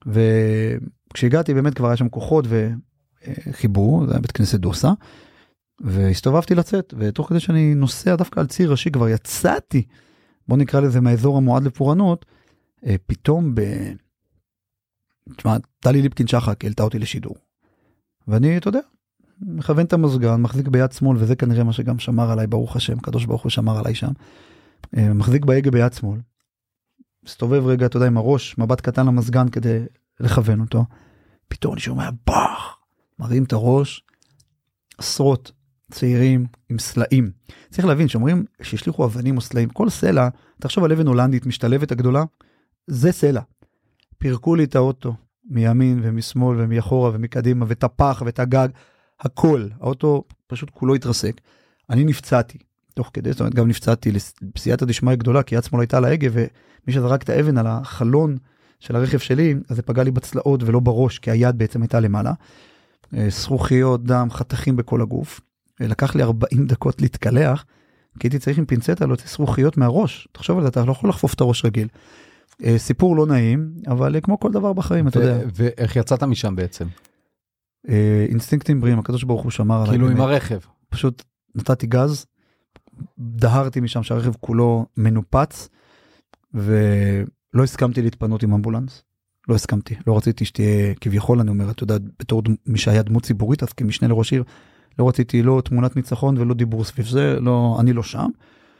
S2: וכשהגעתי באמת כבר היה שם כוחות וחיבור, זה היה בית כנסת דוסה, והסתובבתי לצאת, ותוך כדי שאני נוסע דווקא על ציר ראשי, כבר יצאתי, בוא נקרא לזה מהאזור המועד לפורענות, פתאום תשמע, טלי ליפקין שחק העלתה אותי לשידור. ואני, אתה יודע, מכוון את המזגן, מחזיק ביד שמאל, וזה כנראה מה שגם שמר עליי, ברוך השם, קדוש ברוך הוא שמר עליי שם. מחזיק בהגה ביד שמאל. מסתובב רגע, אתה יודע, עם הראש, מבט קטן למזגן כדי לכוון אותו. פתאום אני שומע, בח! מרים את הראש, עשרות צעירים עם סלעים. צריך להבין, שאומרים שהשליחו אבנים או סלעים, כל סלע, תחשוב על אבן הולנדית משתלבת הגדולה, זה סלע. פירקו לי את האוטו, מימין ומשמאל ומאחורה ומקדימה, ואת הפח ואת הגג, הכל. האוטו פשוט כולו התרסק. אני נפצעתי, תוך כדי, זאת אומרת, גם נפצעתי בסייעתא דשמיא גדולה, כי יד שמאל הייתה על ההגה, ומי שזרק את האבן על החלון של הרכב שלי, אז זה פגע לי בצלעות ולא בראש, כי היד בעצם הייתה למעלה. שרוכיות, דם, חתכים בכל הגוף. לקח לי 40 דקות להתקלח, כי הייתי צריך עם פינצטה להוציא שרוכיות מהראש. תחשוב על זה, אתה לא יכול לחפוף את הראש רגיל. סיפור לא נעים, אבל כמו כל דבר בחיים, אתה יודע.
S1: ואיך יצאת משם בעצם?
S2: אינסטינקטים בריאים, הקדוש ברוך הוא שמר עליי.
S1: כאילו עם הרכב.
S2: פשוט נתתי גז, דהרתי משם שהרכב כולו מנופץ, ולא הסכמתי להתפנות עם אמבולנס. לא הסכמתי, לא רציתי שתהיה כביכול, אני אומר, אתה יודע, בתור מי שהיה דמות ציבורית, אז כמשנה לראש עיר, לא רציתי לא תמונת ניצחון ולא דיבור סביב זה, לא, אני לא שם.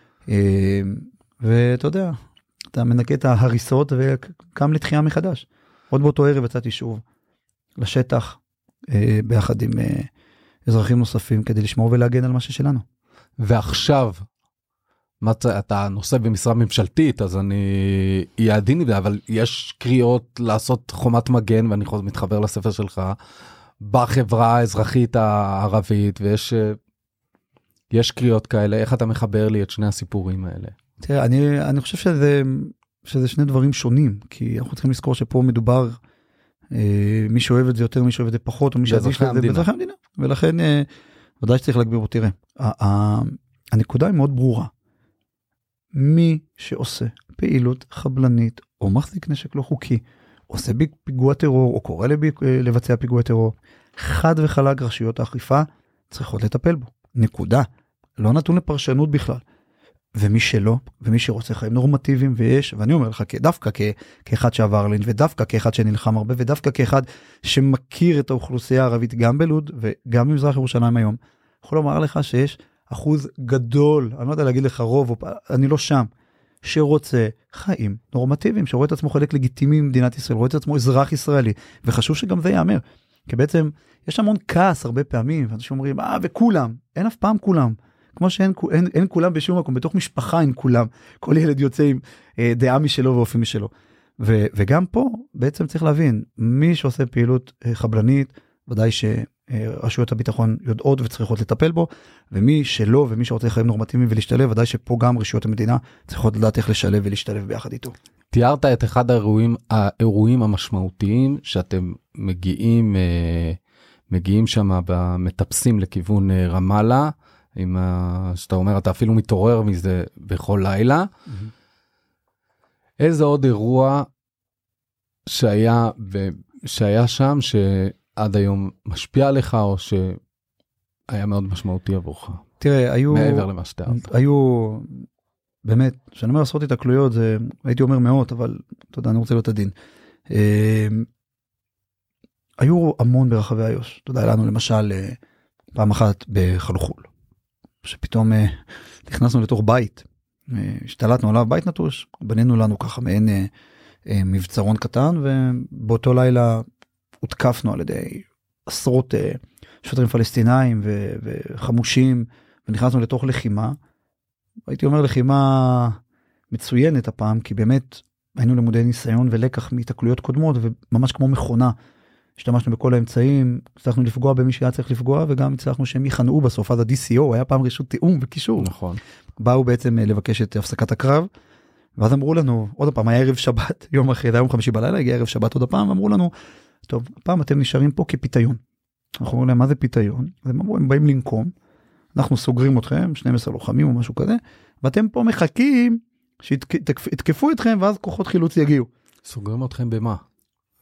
S2: ואתה יודע, אתה מנקה את ההריסות וקם לתחייה מחדש. עוד באותו ערב יצאתי שוב לשטח, ביחד עם אזרחים נוספים, כדי לשמור ולהגן על מה ששלנו.
S1: ועכשיו, אתה נושא במשרה ממשלתית, אז אני יעדין לי, אבל יש קריאות לעשות חומת מגן, ואני מתחבר לספר שלך, בחברה האזרחית הערבית, ויש קריאות כאלה. איך אתה מחבר לי את שני הסיפורים האלה?
S2: תראה, אני חושב שזה שני דברים שונים, כי אנחנו צריכים לזכור שפה מדובר, מי שאוהב את זה יותר, מי שאוהב את זה פחות, או מי שאדיש לזה באזרחי המדינה. ולכן, ודאי שצריך להגביר בו. תראה, הנקודה היא מאוד ברורה. מי שעושה פעילות חבלנית, או מחזיק נשק לא חוקי, עושה פיגוע טרור, או קורא לבצע פיגוע טרור, חד וחלק רשויות האכיפה צריכות לטפל בו. נקודה. לא נתון לפרשנות בכלל. ומי שלא, ומי שרוצה חיים נורמטיביים, ויש, ואני אומר לך, דווקא כאחד שעבר לין, ודווקא כאחד שנלחם הרבה, ודווקא כאחד שמכיר את האוכלוסייה הערבית, גם בלוד, וגם במזרח ירושלים היום, יכול לומר לך שיש אחוז גדול, אני לא יודע להגיד לך רוב, אני לא שם, שרוצה חיים נורמטיביים, שרואה את עצמו חלק לגיטימי במדינת ישראל, רואה את עצמו אזרח ישראלי, וחשוב שגם זה יאמר, כי בעצם יש המון כעס הרבה פעמים, ואנשים אומרים, וכולם, אין אף פעם כולם, כמו שאין כולם בשום מקום, בתוך משפחה אין כולם, כל ילד יוצא עם דעה משלו ואופי משלו, וגם פה בעצם צריך להבין, מי שעושה פעילות חבלנית, ודאי שרשויות הביטחון יודעות וצריכות לטפל בו, ומי שלא, ומי שרוצה חיים נורמטיביים ולהשתלב, ודאי שפה גם רשויות המדינה צריכות לדעת איך לשלב ולהשתלב ביחד איתו.
S1: תיארת את אחד האירועים המשמעותיים, שאתם מגיעים שם במטפסים לכיוון רמאללה, שאתה אומר, אתה אפילו מתעורר מזה בכל לילה. איזה עוד אירוע שהיה שם, שעד היום משפיע עליך, או שהיה מאוד משמעותי עבורך?
S2: תראה,
S1: מעבר למה שתיארת.
S2: היו, באמת, כשאני אומר עשרות התקלויות, הייתי אומר מאות, אבל אתה יודע, אני רוצה להיות עדין. היו המון ברחבי איו"ש. אתה יודע, לנו למשל, פעם אחת בחלחול. שפתאום נכנסנו לתוך בית, השתלטנו עליו בית נטוש, בנינו לנו ככה מעין מבצרון קטן, ובאותו לילה הותקפנו על ידי עשרות שוטרים פלסטינאים וחמושים, ונכנסנו לתוך לחימה, הייתי אומר לחימה מצוינת הפעם, כי באמת היינו למודי ניסיון ולקח מהתקלויות קודמות, וממש כמו מכונה, השתמשנו בכל האמצעים, הצלחנו לפגוע במי שהיה צריך לפגוע, וגם הצלחנו שהם יכנעו בסוף, אז ה-DCO היה פעם רשות תיאום וקישור.
S1: נכון.
S2: באו בעצם לבקש את הפסקת הקרב, ואז אמרו לנו, עוד פעם, היה ערב שבת, יום אחרי, זה היום חמישי בלילה, הגיע ערב שבת עוד פעם, ואמרו לנו, טוב, הפעם אתם נשארים פה כפיתיון. אנחנו אומרים להם, מה זה פיתיון? אז הם אמרו, הם באים לנקום, אנחנו סוגרים אתכם, 12 לוחמים או משהו כזה, ואתם פה מחכים שיתקפו אתכם, ואז כוחות חילוץ יגיעו.
S1: סוגרים אתכם במה?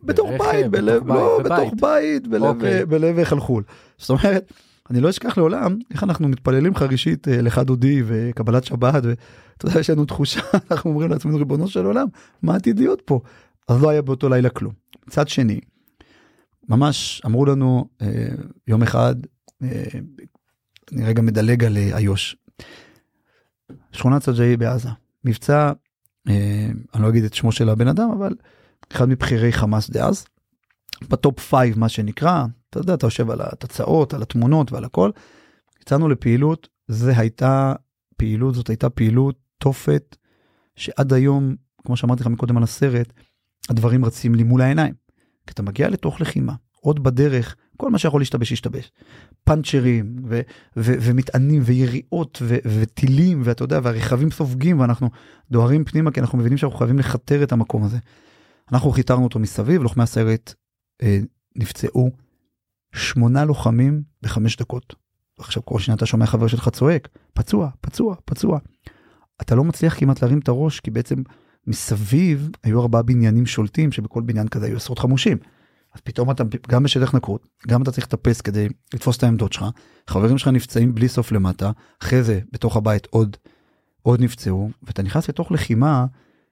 S2: בתוך בית, בתוך בית, בלב חלחול. זאת אומרת, אני לא אשכח לעולם, איך אנחנו מתפללים חרישית לך דודי וקבלת שבת, ואתה יודע, יש לנו תחושה, אנחנו אומרים לעצמנו, ריבונו של עולם, מה עתיד להיות פה? אז לא היה באותו לילה כלום. מצד שני, ממש אמרו לנו יום אחד, אני רגע מדלג על איו"ש, שכונת סג'אעיה בעזה, מבצע, אני לא אגיד את שמו של הבן אדם, אבל אחד מבחירי חמאס דאז, בטופ 5 מה שנקרא, אתה יודע, אתה יושב על התוצאות, על התמונות ועל הכל, יצאנו לפעילות, זאת הייתה פעילות תופת, שעד היום, כמו שאמרתי לך מקודם על הסרט, הדברים רצים לי מול העיניים, כי אתה מגיע לתוך לחימה, עוד בדרך, כל מה שיכול להשתבש, ישתבש. פאנצ'רים, ומטענים, ויריעות, וטילים, ואתה יודע, והרכבים סופגים, ואנחנו דוהרים פנימה, כי אנחנו מבינים שאנחנו חייבים לחתר את המקום הזה. אנחנו חיתרנו אותו מסביב, לוחמי הסיירת נפצעו 8 לוחמים ב5 דקות. עכשיו כל שנייה אתה שומע חבר שלך צועק, פצוע, פצוע, פצוע. אתה לא מצליח כמעט להרים את הראש, כי בעצם מסביב היו 4 בניינים שולטים, שבכל בניין כזה היו 10 חמושים. אז פתאום אתה גם בשטח נקרות, גם אתה צריך לטפס כדי לתפוס את העמדות שלך, חברים שלך נפצעים בלי סוף למטה, אחרי זה בתוך הבית עוד נפצעו, ואתה נכנס לתוך לחימה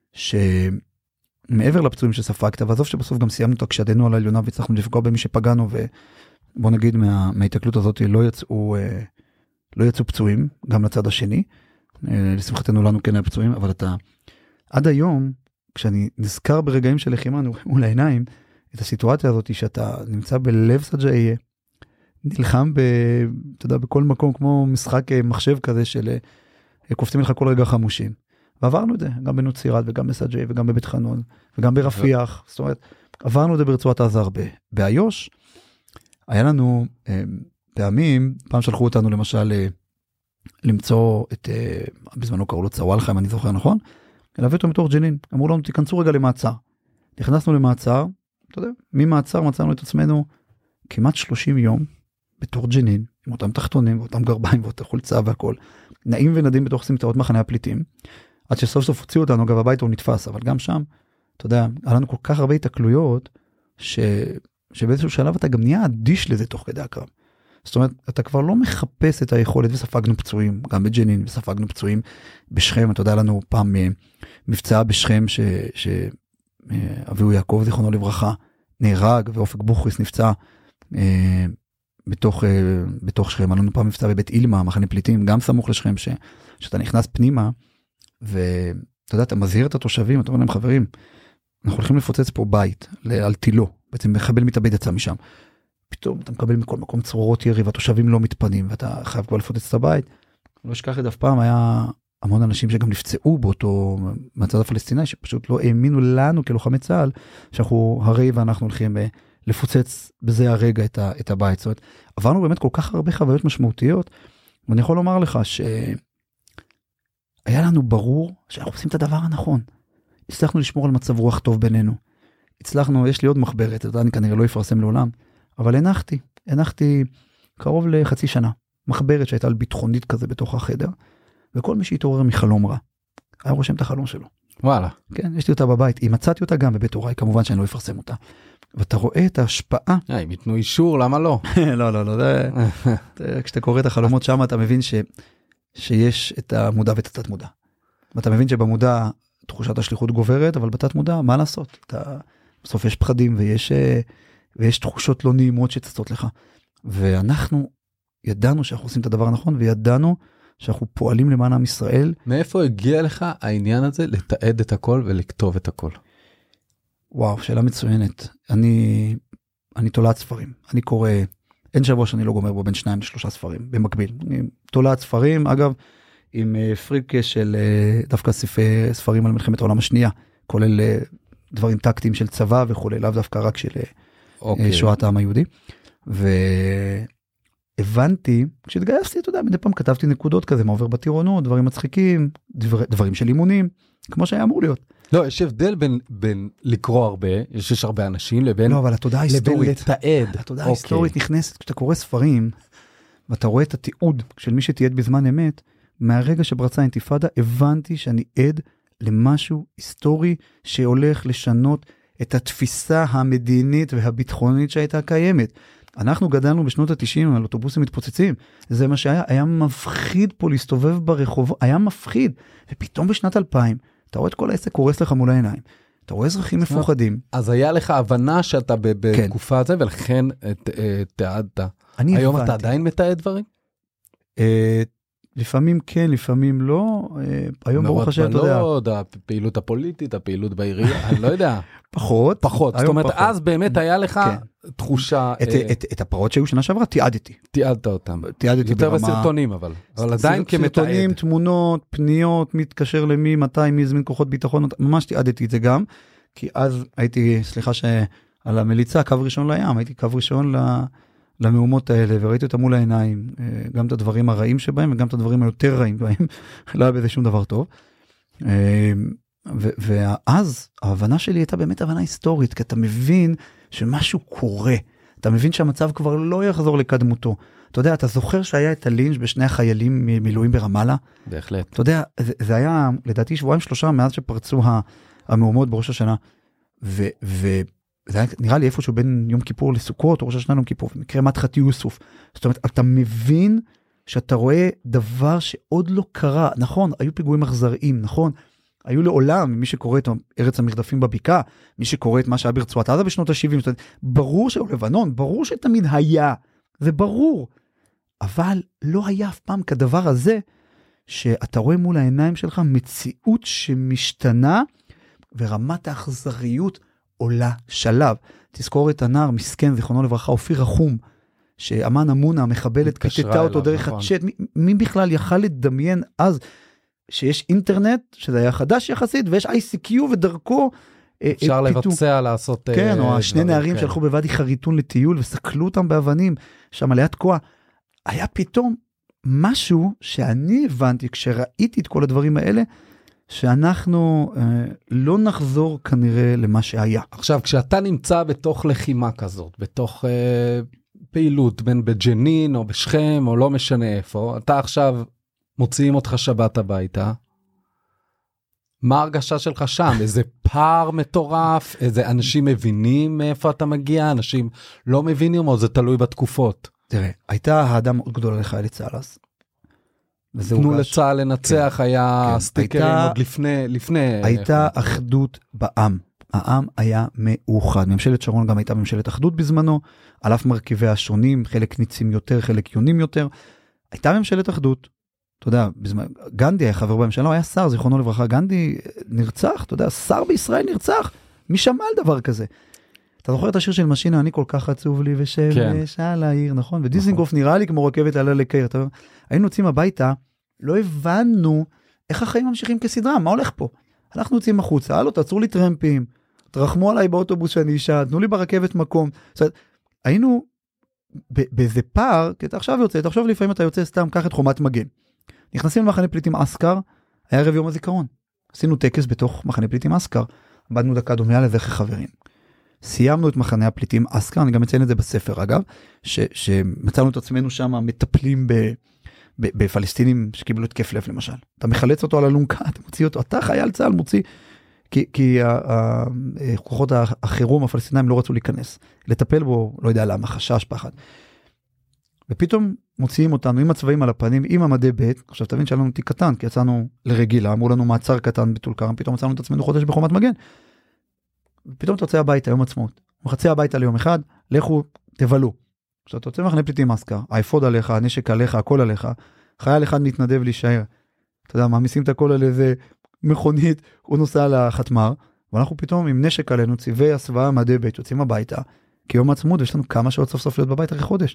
S2: שמעבר לפצועים שספגת, ועזוב שבסוף גם סיימנו את הקשדנו על העליונה, והצלחנו לפגוע במי שפגענו, ובוא נגיד מההתקלות הזאת לא יצאו פצועים, גם לצד השני, לשמחתנו לנו כן היה פצועים, אבל אתה עד היום, כשאני נזכר ברגעים של לחימה מול העיניים, את הסיטואציה הזאת שאתה נמצא בלב סג'אעיה, נלחם אתה יודע, בכל מקום כמו משחק מחשב כזה של קופצים לך כל רגע חמושים. ועברנו את זה, גם בנוצירת וגם בסג'אעיה וגם בבית חנון וגם ברפיח. זאת אומרת, עברנו את זה ברצועת עזה הרבה. באיו"ש, היה לנו פעמים, פעם שלחו אותנו למשל למצוא את, בזמנו קראו לו צוואלחה, אם אני זוכר נכון, להביא אותו מתוך ג'נין. אמרו לנו, תיכנסו רגע למעצר. נכנסנו למעצר, אתה יודע, ממעצר מצאנו את עצמנו כמעט 30 יום בתוך ג'נין, עם אותם תחתונים ואותם גרביים ואותה חולצה והכל, נעים ונדים בתוך סמטאות מחנה הפליטים, עד שסוף סוף הוציאו אותנו, אגב הבית הוא נתפס, אבל גם שם, אתה יודע, היה לנו כל כך הרבה התקלויות, שבאיזשהו שלב אתה גם נהיה אדיש לזה תוך כדי הקרב. זאת אומרת, אתה כבר לא מחפש את היכולת, וספגנו פצועים, גם בג'נין, וספגנו פצועים בשכם, אתה יודע לנו פעם מבצע בשכם אביהו יעקב זיכרונו לברכה נהרג, ואופק בוכריס נפצע בתוך שכם. היה לנו פעם מבצע בבית אילמה, מחנה פליטים, גם סמוך לשכם, שאתה נכנס פנימה, ואתה יודע, אתה מזהיר את התושבים, אתה אומר להם, חברים, אנחנו הולכים לפוצץ פה בית, על תילו, בעצם מחבל מתאבד יצא משם. פתאום אתה מקבל מכל מקום צרורות ירי, והתושבים לא מתפנים, ואתה חייב כבר לפוצץ את הבית. לא אשכח את אף פעם, היה המון אנשים שגם נפצעו באותו מהצד הפלסטיני, שפשוט לא האמינו לנו כלוחמי צה"ל, שאנחנו הרי ואנחנו הולכים לפוצץ בזה הרגע את הבית. זאת אומרת, עברנו באמת כל כך הרבה חוויות משמעותיות, ואני יכול לומר לך שהיה לנו ברור שאנחנו עושים את הדבר הנכון. הצלחנו לשמור על מצב רוח טוב בינינו. הצלחנו, יש לי עוד מחברת, אני כנראה לא אפרסם לעולם, אבל הנחתי קרוב לחצי שנה, מחברת שהייתה על ביטחונית כזה בתוך החדר, וכל מי שהתעורר מחלום רע, היה רושם את החלום שלו.
S1: וואלה.
S2: כן, יש לי אותה בבית, היא מצאתי אותה גם בבית הוריי, כמובן שאני לא אפרסם אותה. ואתה רואה את ההשפעה.
S1: אם יתנו אישור, למה לא?
S2: לא, כשאתה קורא את החלומות שם, אתה מבין שיש את המודע ואת התת מודע. ואתה מבין שבמודע תחושת השליחות גוברת, אבל בתת מודע, מה לעשות? בסוף יש פחדים ויש תחושות לא נעימות שצצות לך. ואנחנו ידענו שאנחנו עושים את הדבר הנכון, וידענו שאנחנו פועלים למען עם ישראל.
S1: מאיפה הגיע לך העניין הזה לתעד את הכל ולכתוב את הכל?
S2: וואו, שאלה מצוינת. אני תולעת ספרים. אני קורא, אין שבוע שאני לא גומר בו בין 2 ל3 ספרים, במקביל. אני תולעת ספרים, אגב, עם פריק של דווקא ספרים על מלחמת העולם השנייה, כולל דברים טקטיים של צבא וכו', לאו דווקא רק של שואת העם היהודי. והבנתי, כשהתגייסתי, אתה יודע, מדי פעם כתבתי נקודות כזה, מה עובר בטירונות, דברים מצחיקים, דברים של אימונים, כמו שהיה אמור להיות.
S1: לא, יש הבדל בין לקרוא הרבה, יש הרבה אנשים, לבין
S2: לא, אבל התודעה ההיסטורית.
S1: לתעד.
S2: התודעה ההיסטורית נכנסת, כשאתה קורא ספרים, ואתה רואה את התיעוד של מי שתיעד בזמן אמת, מהרגע שפרצה האינתיפאדה, הבנתי שאני עד למשהו היסטורי שהולך לשנות את התפיסה המדינית והביטחונית שהייתה קיימת. אנחנו גדלנו בשנות ה-90 על אוטובוסים מתפוצצים, זה מה שהיה, היה מפחיד פה להסתובב ברחוב, היה מפחיד, ופתאום בשנת 2000, אתה רואה את כל העסק קורס לך מול העיניים, אתה רואה אזרחים מפוחדים.
S1: אז היה לך הבנה שאתה בתקופה הזו, ולכן תיעדת. היום אתה עדיין מתעד דברים?
S2: לפעמים כן, לפעמים לא. היום ברוך השם, אתה יודע.
S1: מאוד, הפעילות הפוליטית, הפעילות בעירייה, אני לא יודע.
S2: פחות.
S1: זאת אומרת, אז באמת היה לך תחושה...
S2: את הפרעות שהיו שנה שעברה, תיעדתי.
S1: תיעדת אותם.
S2: תיעדתי
S1: יותר בסרטונים, אבל עדיין כמתעד.
S2: סרטונים, תמונות, פניות, מתקשר למי, מתי, מי הזמין כוחות ביטחון, ממש תיעדתי את זה גם, כי אז הייתי, סליחה שעל המליצה, קו ראשון לים, הייתי קו ראשון למהומות האלה, וראיתי אותם מול העיניים, גם את הדברים הרעים שבהם, וגם את הדברים היותר רעים בהם, לא היה בזה שום דבר טוב. ואז ההבנה שלי הייתה באמת הבנה היסטורית, כי אתה מבין שמשהו קורה, אתה מבין שהמצב כבר לא יחזור לקדמותו. אתה יודע, אתה זוכר שהיה את הלינץ' בשני החיילים ממילואים ברמאללה?
S1: בהחלט.
S2: אתה יודע, זה היה לדעתי 2-3 מאז שפרצו המהומות בראש השנה, זה היה נראה לי איפשהו בין יום כיפור לסוכות, או ראש השנה ליום כיפור, במקרה מדחת יוסוף. זאת אומרת, אתה מבין שאתה רואה דבר שעוד לא קרה, נכון, היו פיגועים אכזריים, נכון, היו לעולם, מי שקורא את ארץ המרדפים בבקעה, מי שקורא את מה שהיה ברצועת עזה בשנות ה-70, ברור שהוא לבנון, ברור שתמיד היה, זה ברור, אבל לא היה אף פעם כדבר הזה, שאתה רואה מול העיניים שלך מציאות שמשתנה, ורמת האכזריות עולה שלב. תזכור את הנער מסכן, זיכרונו לברכה, אופיר רחום, שאמן אמונה, המחבלת, קטטה אותו דרך הצ'אט, מי בכלל יכל לדמיין אז, שיש אינטרנט, שזה היה חדש יחסית, ויש ICQ ודרכו,
S1: אפשר לבצע, לעשות...
S2: כן, או השני נערים שהלכו בוואדי חריטון לטיול, וסקלו אותם באבנים, שם עליית תקוע. היה פתאום משהו שאני הבנתי, כשראיתי את כל הדברים האלה, שאנחנו לא נחזור כנראה למה שהיה.
S1: עכשיו, כשאתה נמצא בתוך לחימה כזאת, בתוך פעילות, בין בג'נין או בשכם, או לא משנה איפה, אתה עכשיו מוציאים אותך שבת הביתה, מה ההרגשה שלך שם? איזה פער מטורף? איזה אנשים מבינים מאיפה אתה מגיע? אנשים לא מבינים, או זה תלוי בתקופות?
S2: תראה, הייתה אהדה מאוד גדולה לחיילי צה"ל אז.
S1: תנו לצה"ל לנצח, היה סטיקרים עוד לפני.
S2: הייתה אחדות בעם. העם היה מאוחד. ממשלת שרון גם הייתה ממשלת אחדות בזמנו, על אף מרכיבי השונים, חלק ניצים יותר, חלק יונים יותר. הייתה ממשלת אחדות. אתה יודע, גנדי היה חבר בממשלה, הוא היה שר, זיכרונו לברכה, גנדי נרצח, אתה יודע, שר בישראל נרצח. מי שמע על דבר כזה? אתה זוכר את השיר של משינה, אני כל כך עצוב לי ושמש על העיר, נכון? ודיזינגוף נראה לי כמו רכבת עלה לקיר. היינו יוצאים הביתה, לא הבנו איך החיים ממשיכים כסדרה, מה הולך פה? אנחנו יוצאים החוצה, הלו, תעצרו לי טרמפים, תרחמו עליי באוטובוס שאני אישה, תנו לי ברכבת מקום. זאת אומרת, היינו באיזה פער, כי אתה עכשיו יוצא, תחשוב לפעמים אתה יוצא סתם, קח את חומת מגן. נכנסים למחנה פליטים אסקר, היה ערב יום הזיכרון. עשינו טקס בתוך מחנה פליטים אסקר, עבדנו דקה דומיה לזכר חברים. סיימנו את מחנה הפליטים אסקר, אני גם מציין את זה בספר אגב, שמצאנו את עצמנו שם מטפלים בפלסטינים שקיבלו את כיף לב למשל. אתה מחלץ אותו על אלונקה, אתה מוציא אותו, אתה חייל צה"ל מוציא, כי כוחות החירום הפלסטינאים לא רצו להיכנס, לטפל בו, לא יודע למה, חשש, פחד. ופתאום מוציאים אותנו עם הצבעים על הפנים, עם המדי בית, עכשיו תבין שהיה לנו תיק קטן, כי יצאנו לרגילה, אמרו לנו מעצר קטן בטול כרם, פתאום מצאנו את עצמנו חודש בחומת מגן. פתאום אתה יוצא הביתה, יום עצמאות. מחצי הביתה ליום אחד, לכו, תבלו. עכשיו אתה יוצא מחנה פליטים אסקר, האפוד עליך, הנשק עליך, הכל עליך, חייל אחד מתנדב להישאר. אתה יודע, מעמיסים את הכל על איזה מכונית, הוא נוסע לחתמר, ואנחנו פתאום עם נשק עלינו, צבעי הסוואה, מדי בית, יוצאים הביתה, כי יום עצמאות, ויש לנו כמה שעות סוף סוף להיות בבית אחרי חודש.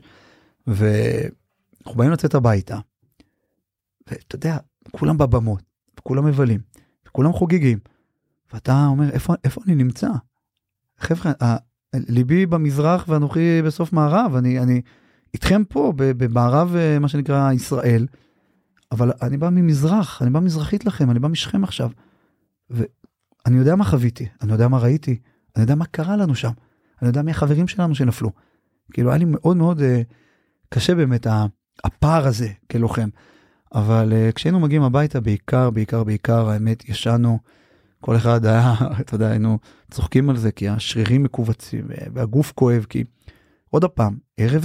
S2: ואנחנו באים לצאת הביתה, ואתה יודע, כולם בבמות, וכולם מבלים, וכולם חוגגים, ואתה אומר, איפה אני נמצא? חבר'ה, ליבי במזרח ואנוכי בסוף מערב, אני איתכם פה במערב, מה שנקרא ישראל, אבל אני בא ממזרח, אני בא מזרחית לכם, אני בא משכם עכשיו, ואני יודע מה חוויתי, אני יודע מה ראיתי, אני יודע מה קרה לנו שם, אני יודע מי החברים שלנו שנפלו, כאילו היה לי מאוד מאוד קשה באמת הפער הזה כלוחם, אבל כשהיינו מגיעים הביתה, בעיקר, האמת, ישנו, כל אחד היה, אתה יודע, היינו צוחקים על זה, כי השרירים מקובצים, והגוף כואב, כי עוד הפעם,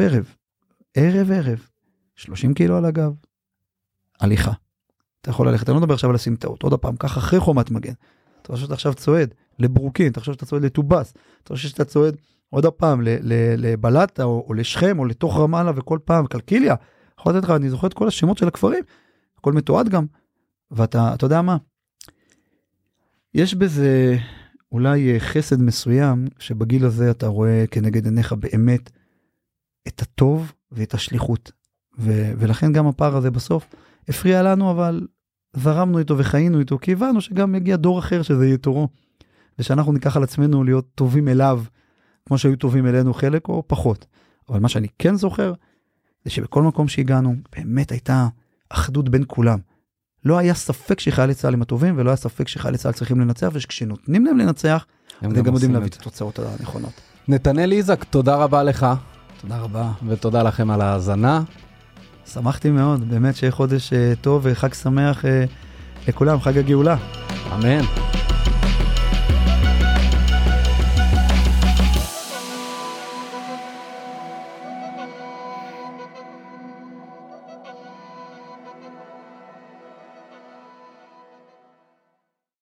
S2: ערב, 30 קילו על הגב, הליכה. אתה יכול ללכת, אני לא מדבר עכשיו על הסמטאות, עוד הפעם, ככה אחרי חומת מגן. אתה חושב שאתה עכשיו צועד לברוקין, אתה חושב שאתה צועד לטובס, אתה חושב שאתה צועד עוד הפעם לבלטה, או לשכם, או לתוך רמאללה, וכל פעם, קלקיליה. יכול לתת לך, אני זוכר את כל השמות של הכפרים, הכל מתועד גם, ואתה יודע מה? יש בזה אולי חסד מסוים, שבגיל הזה אתה רואה כנגד עיניך באמת את הטוב ואת השליחות. ולכן גם הפער הזה בסוף הפריע לנו, אבל זרמנו איתו וחיינו איתו, כי הבנו שגם יגיע דור אחר שזה יהיה תורו, ושאנחנו ניקח על עצמנו להיות טובים אליו, כמו שהיו טובים אלינו חלק או פחות. אבל מה שאני כן זוכר, זה שבכל מקום שהגענו, באמת הייתה אחדות בין כולם. לא היה ספק שחיילי צה"ל הם הטובים, ולא היה ספק שחיילי צה"ל צריכים לנצח, וכשנותנים להם לנצח, הם גם יודעים להביא את התוצאות הנכונות.
S1: נתנאל איזק, תודה רבה לך.
S2: תודה רבה.
S1: ותודה לכם על ההאזנה.
S2: שמחתי מאוד, באמת שיהיה חודש טוב וחג שמח לכולם, חג הגאולה.
S1: אמן.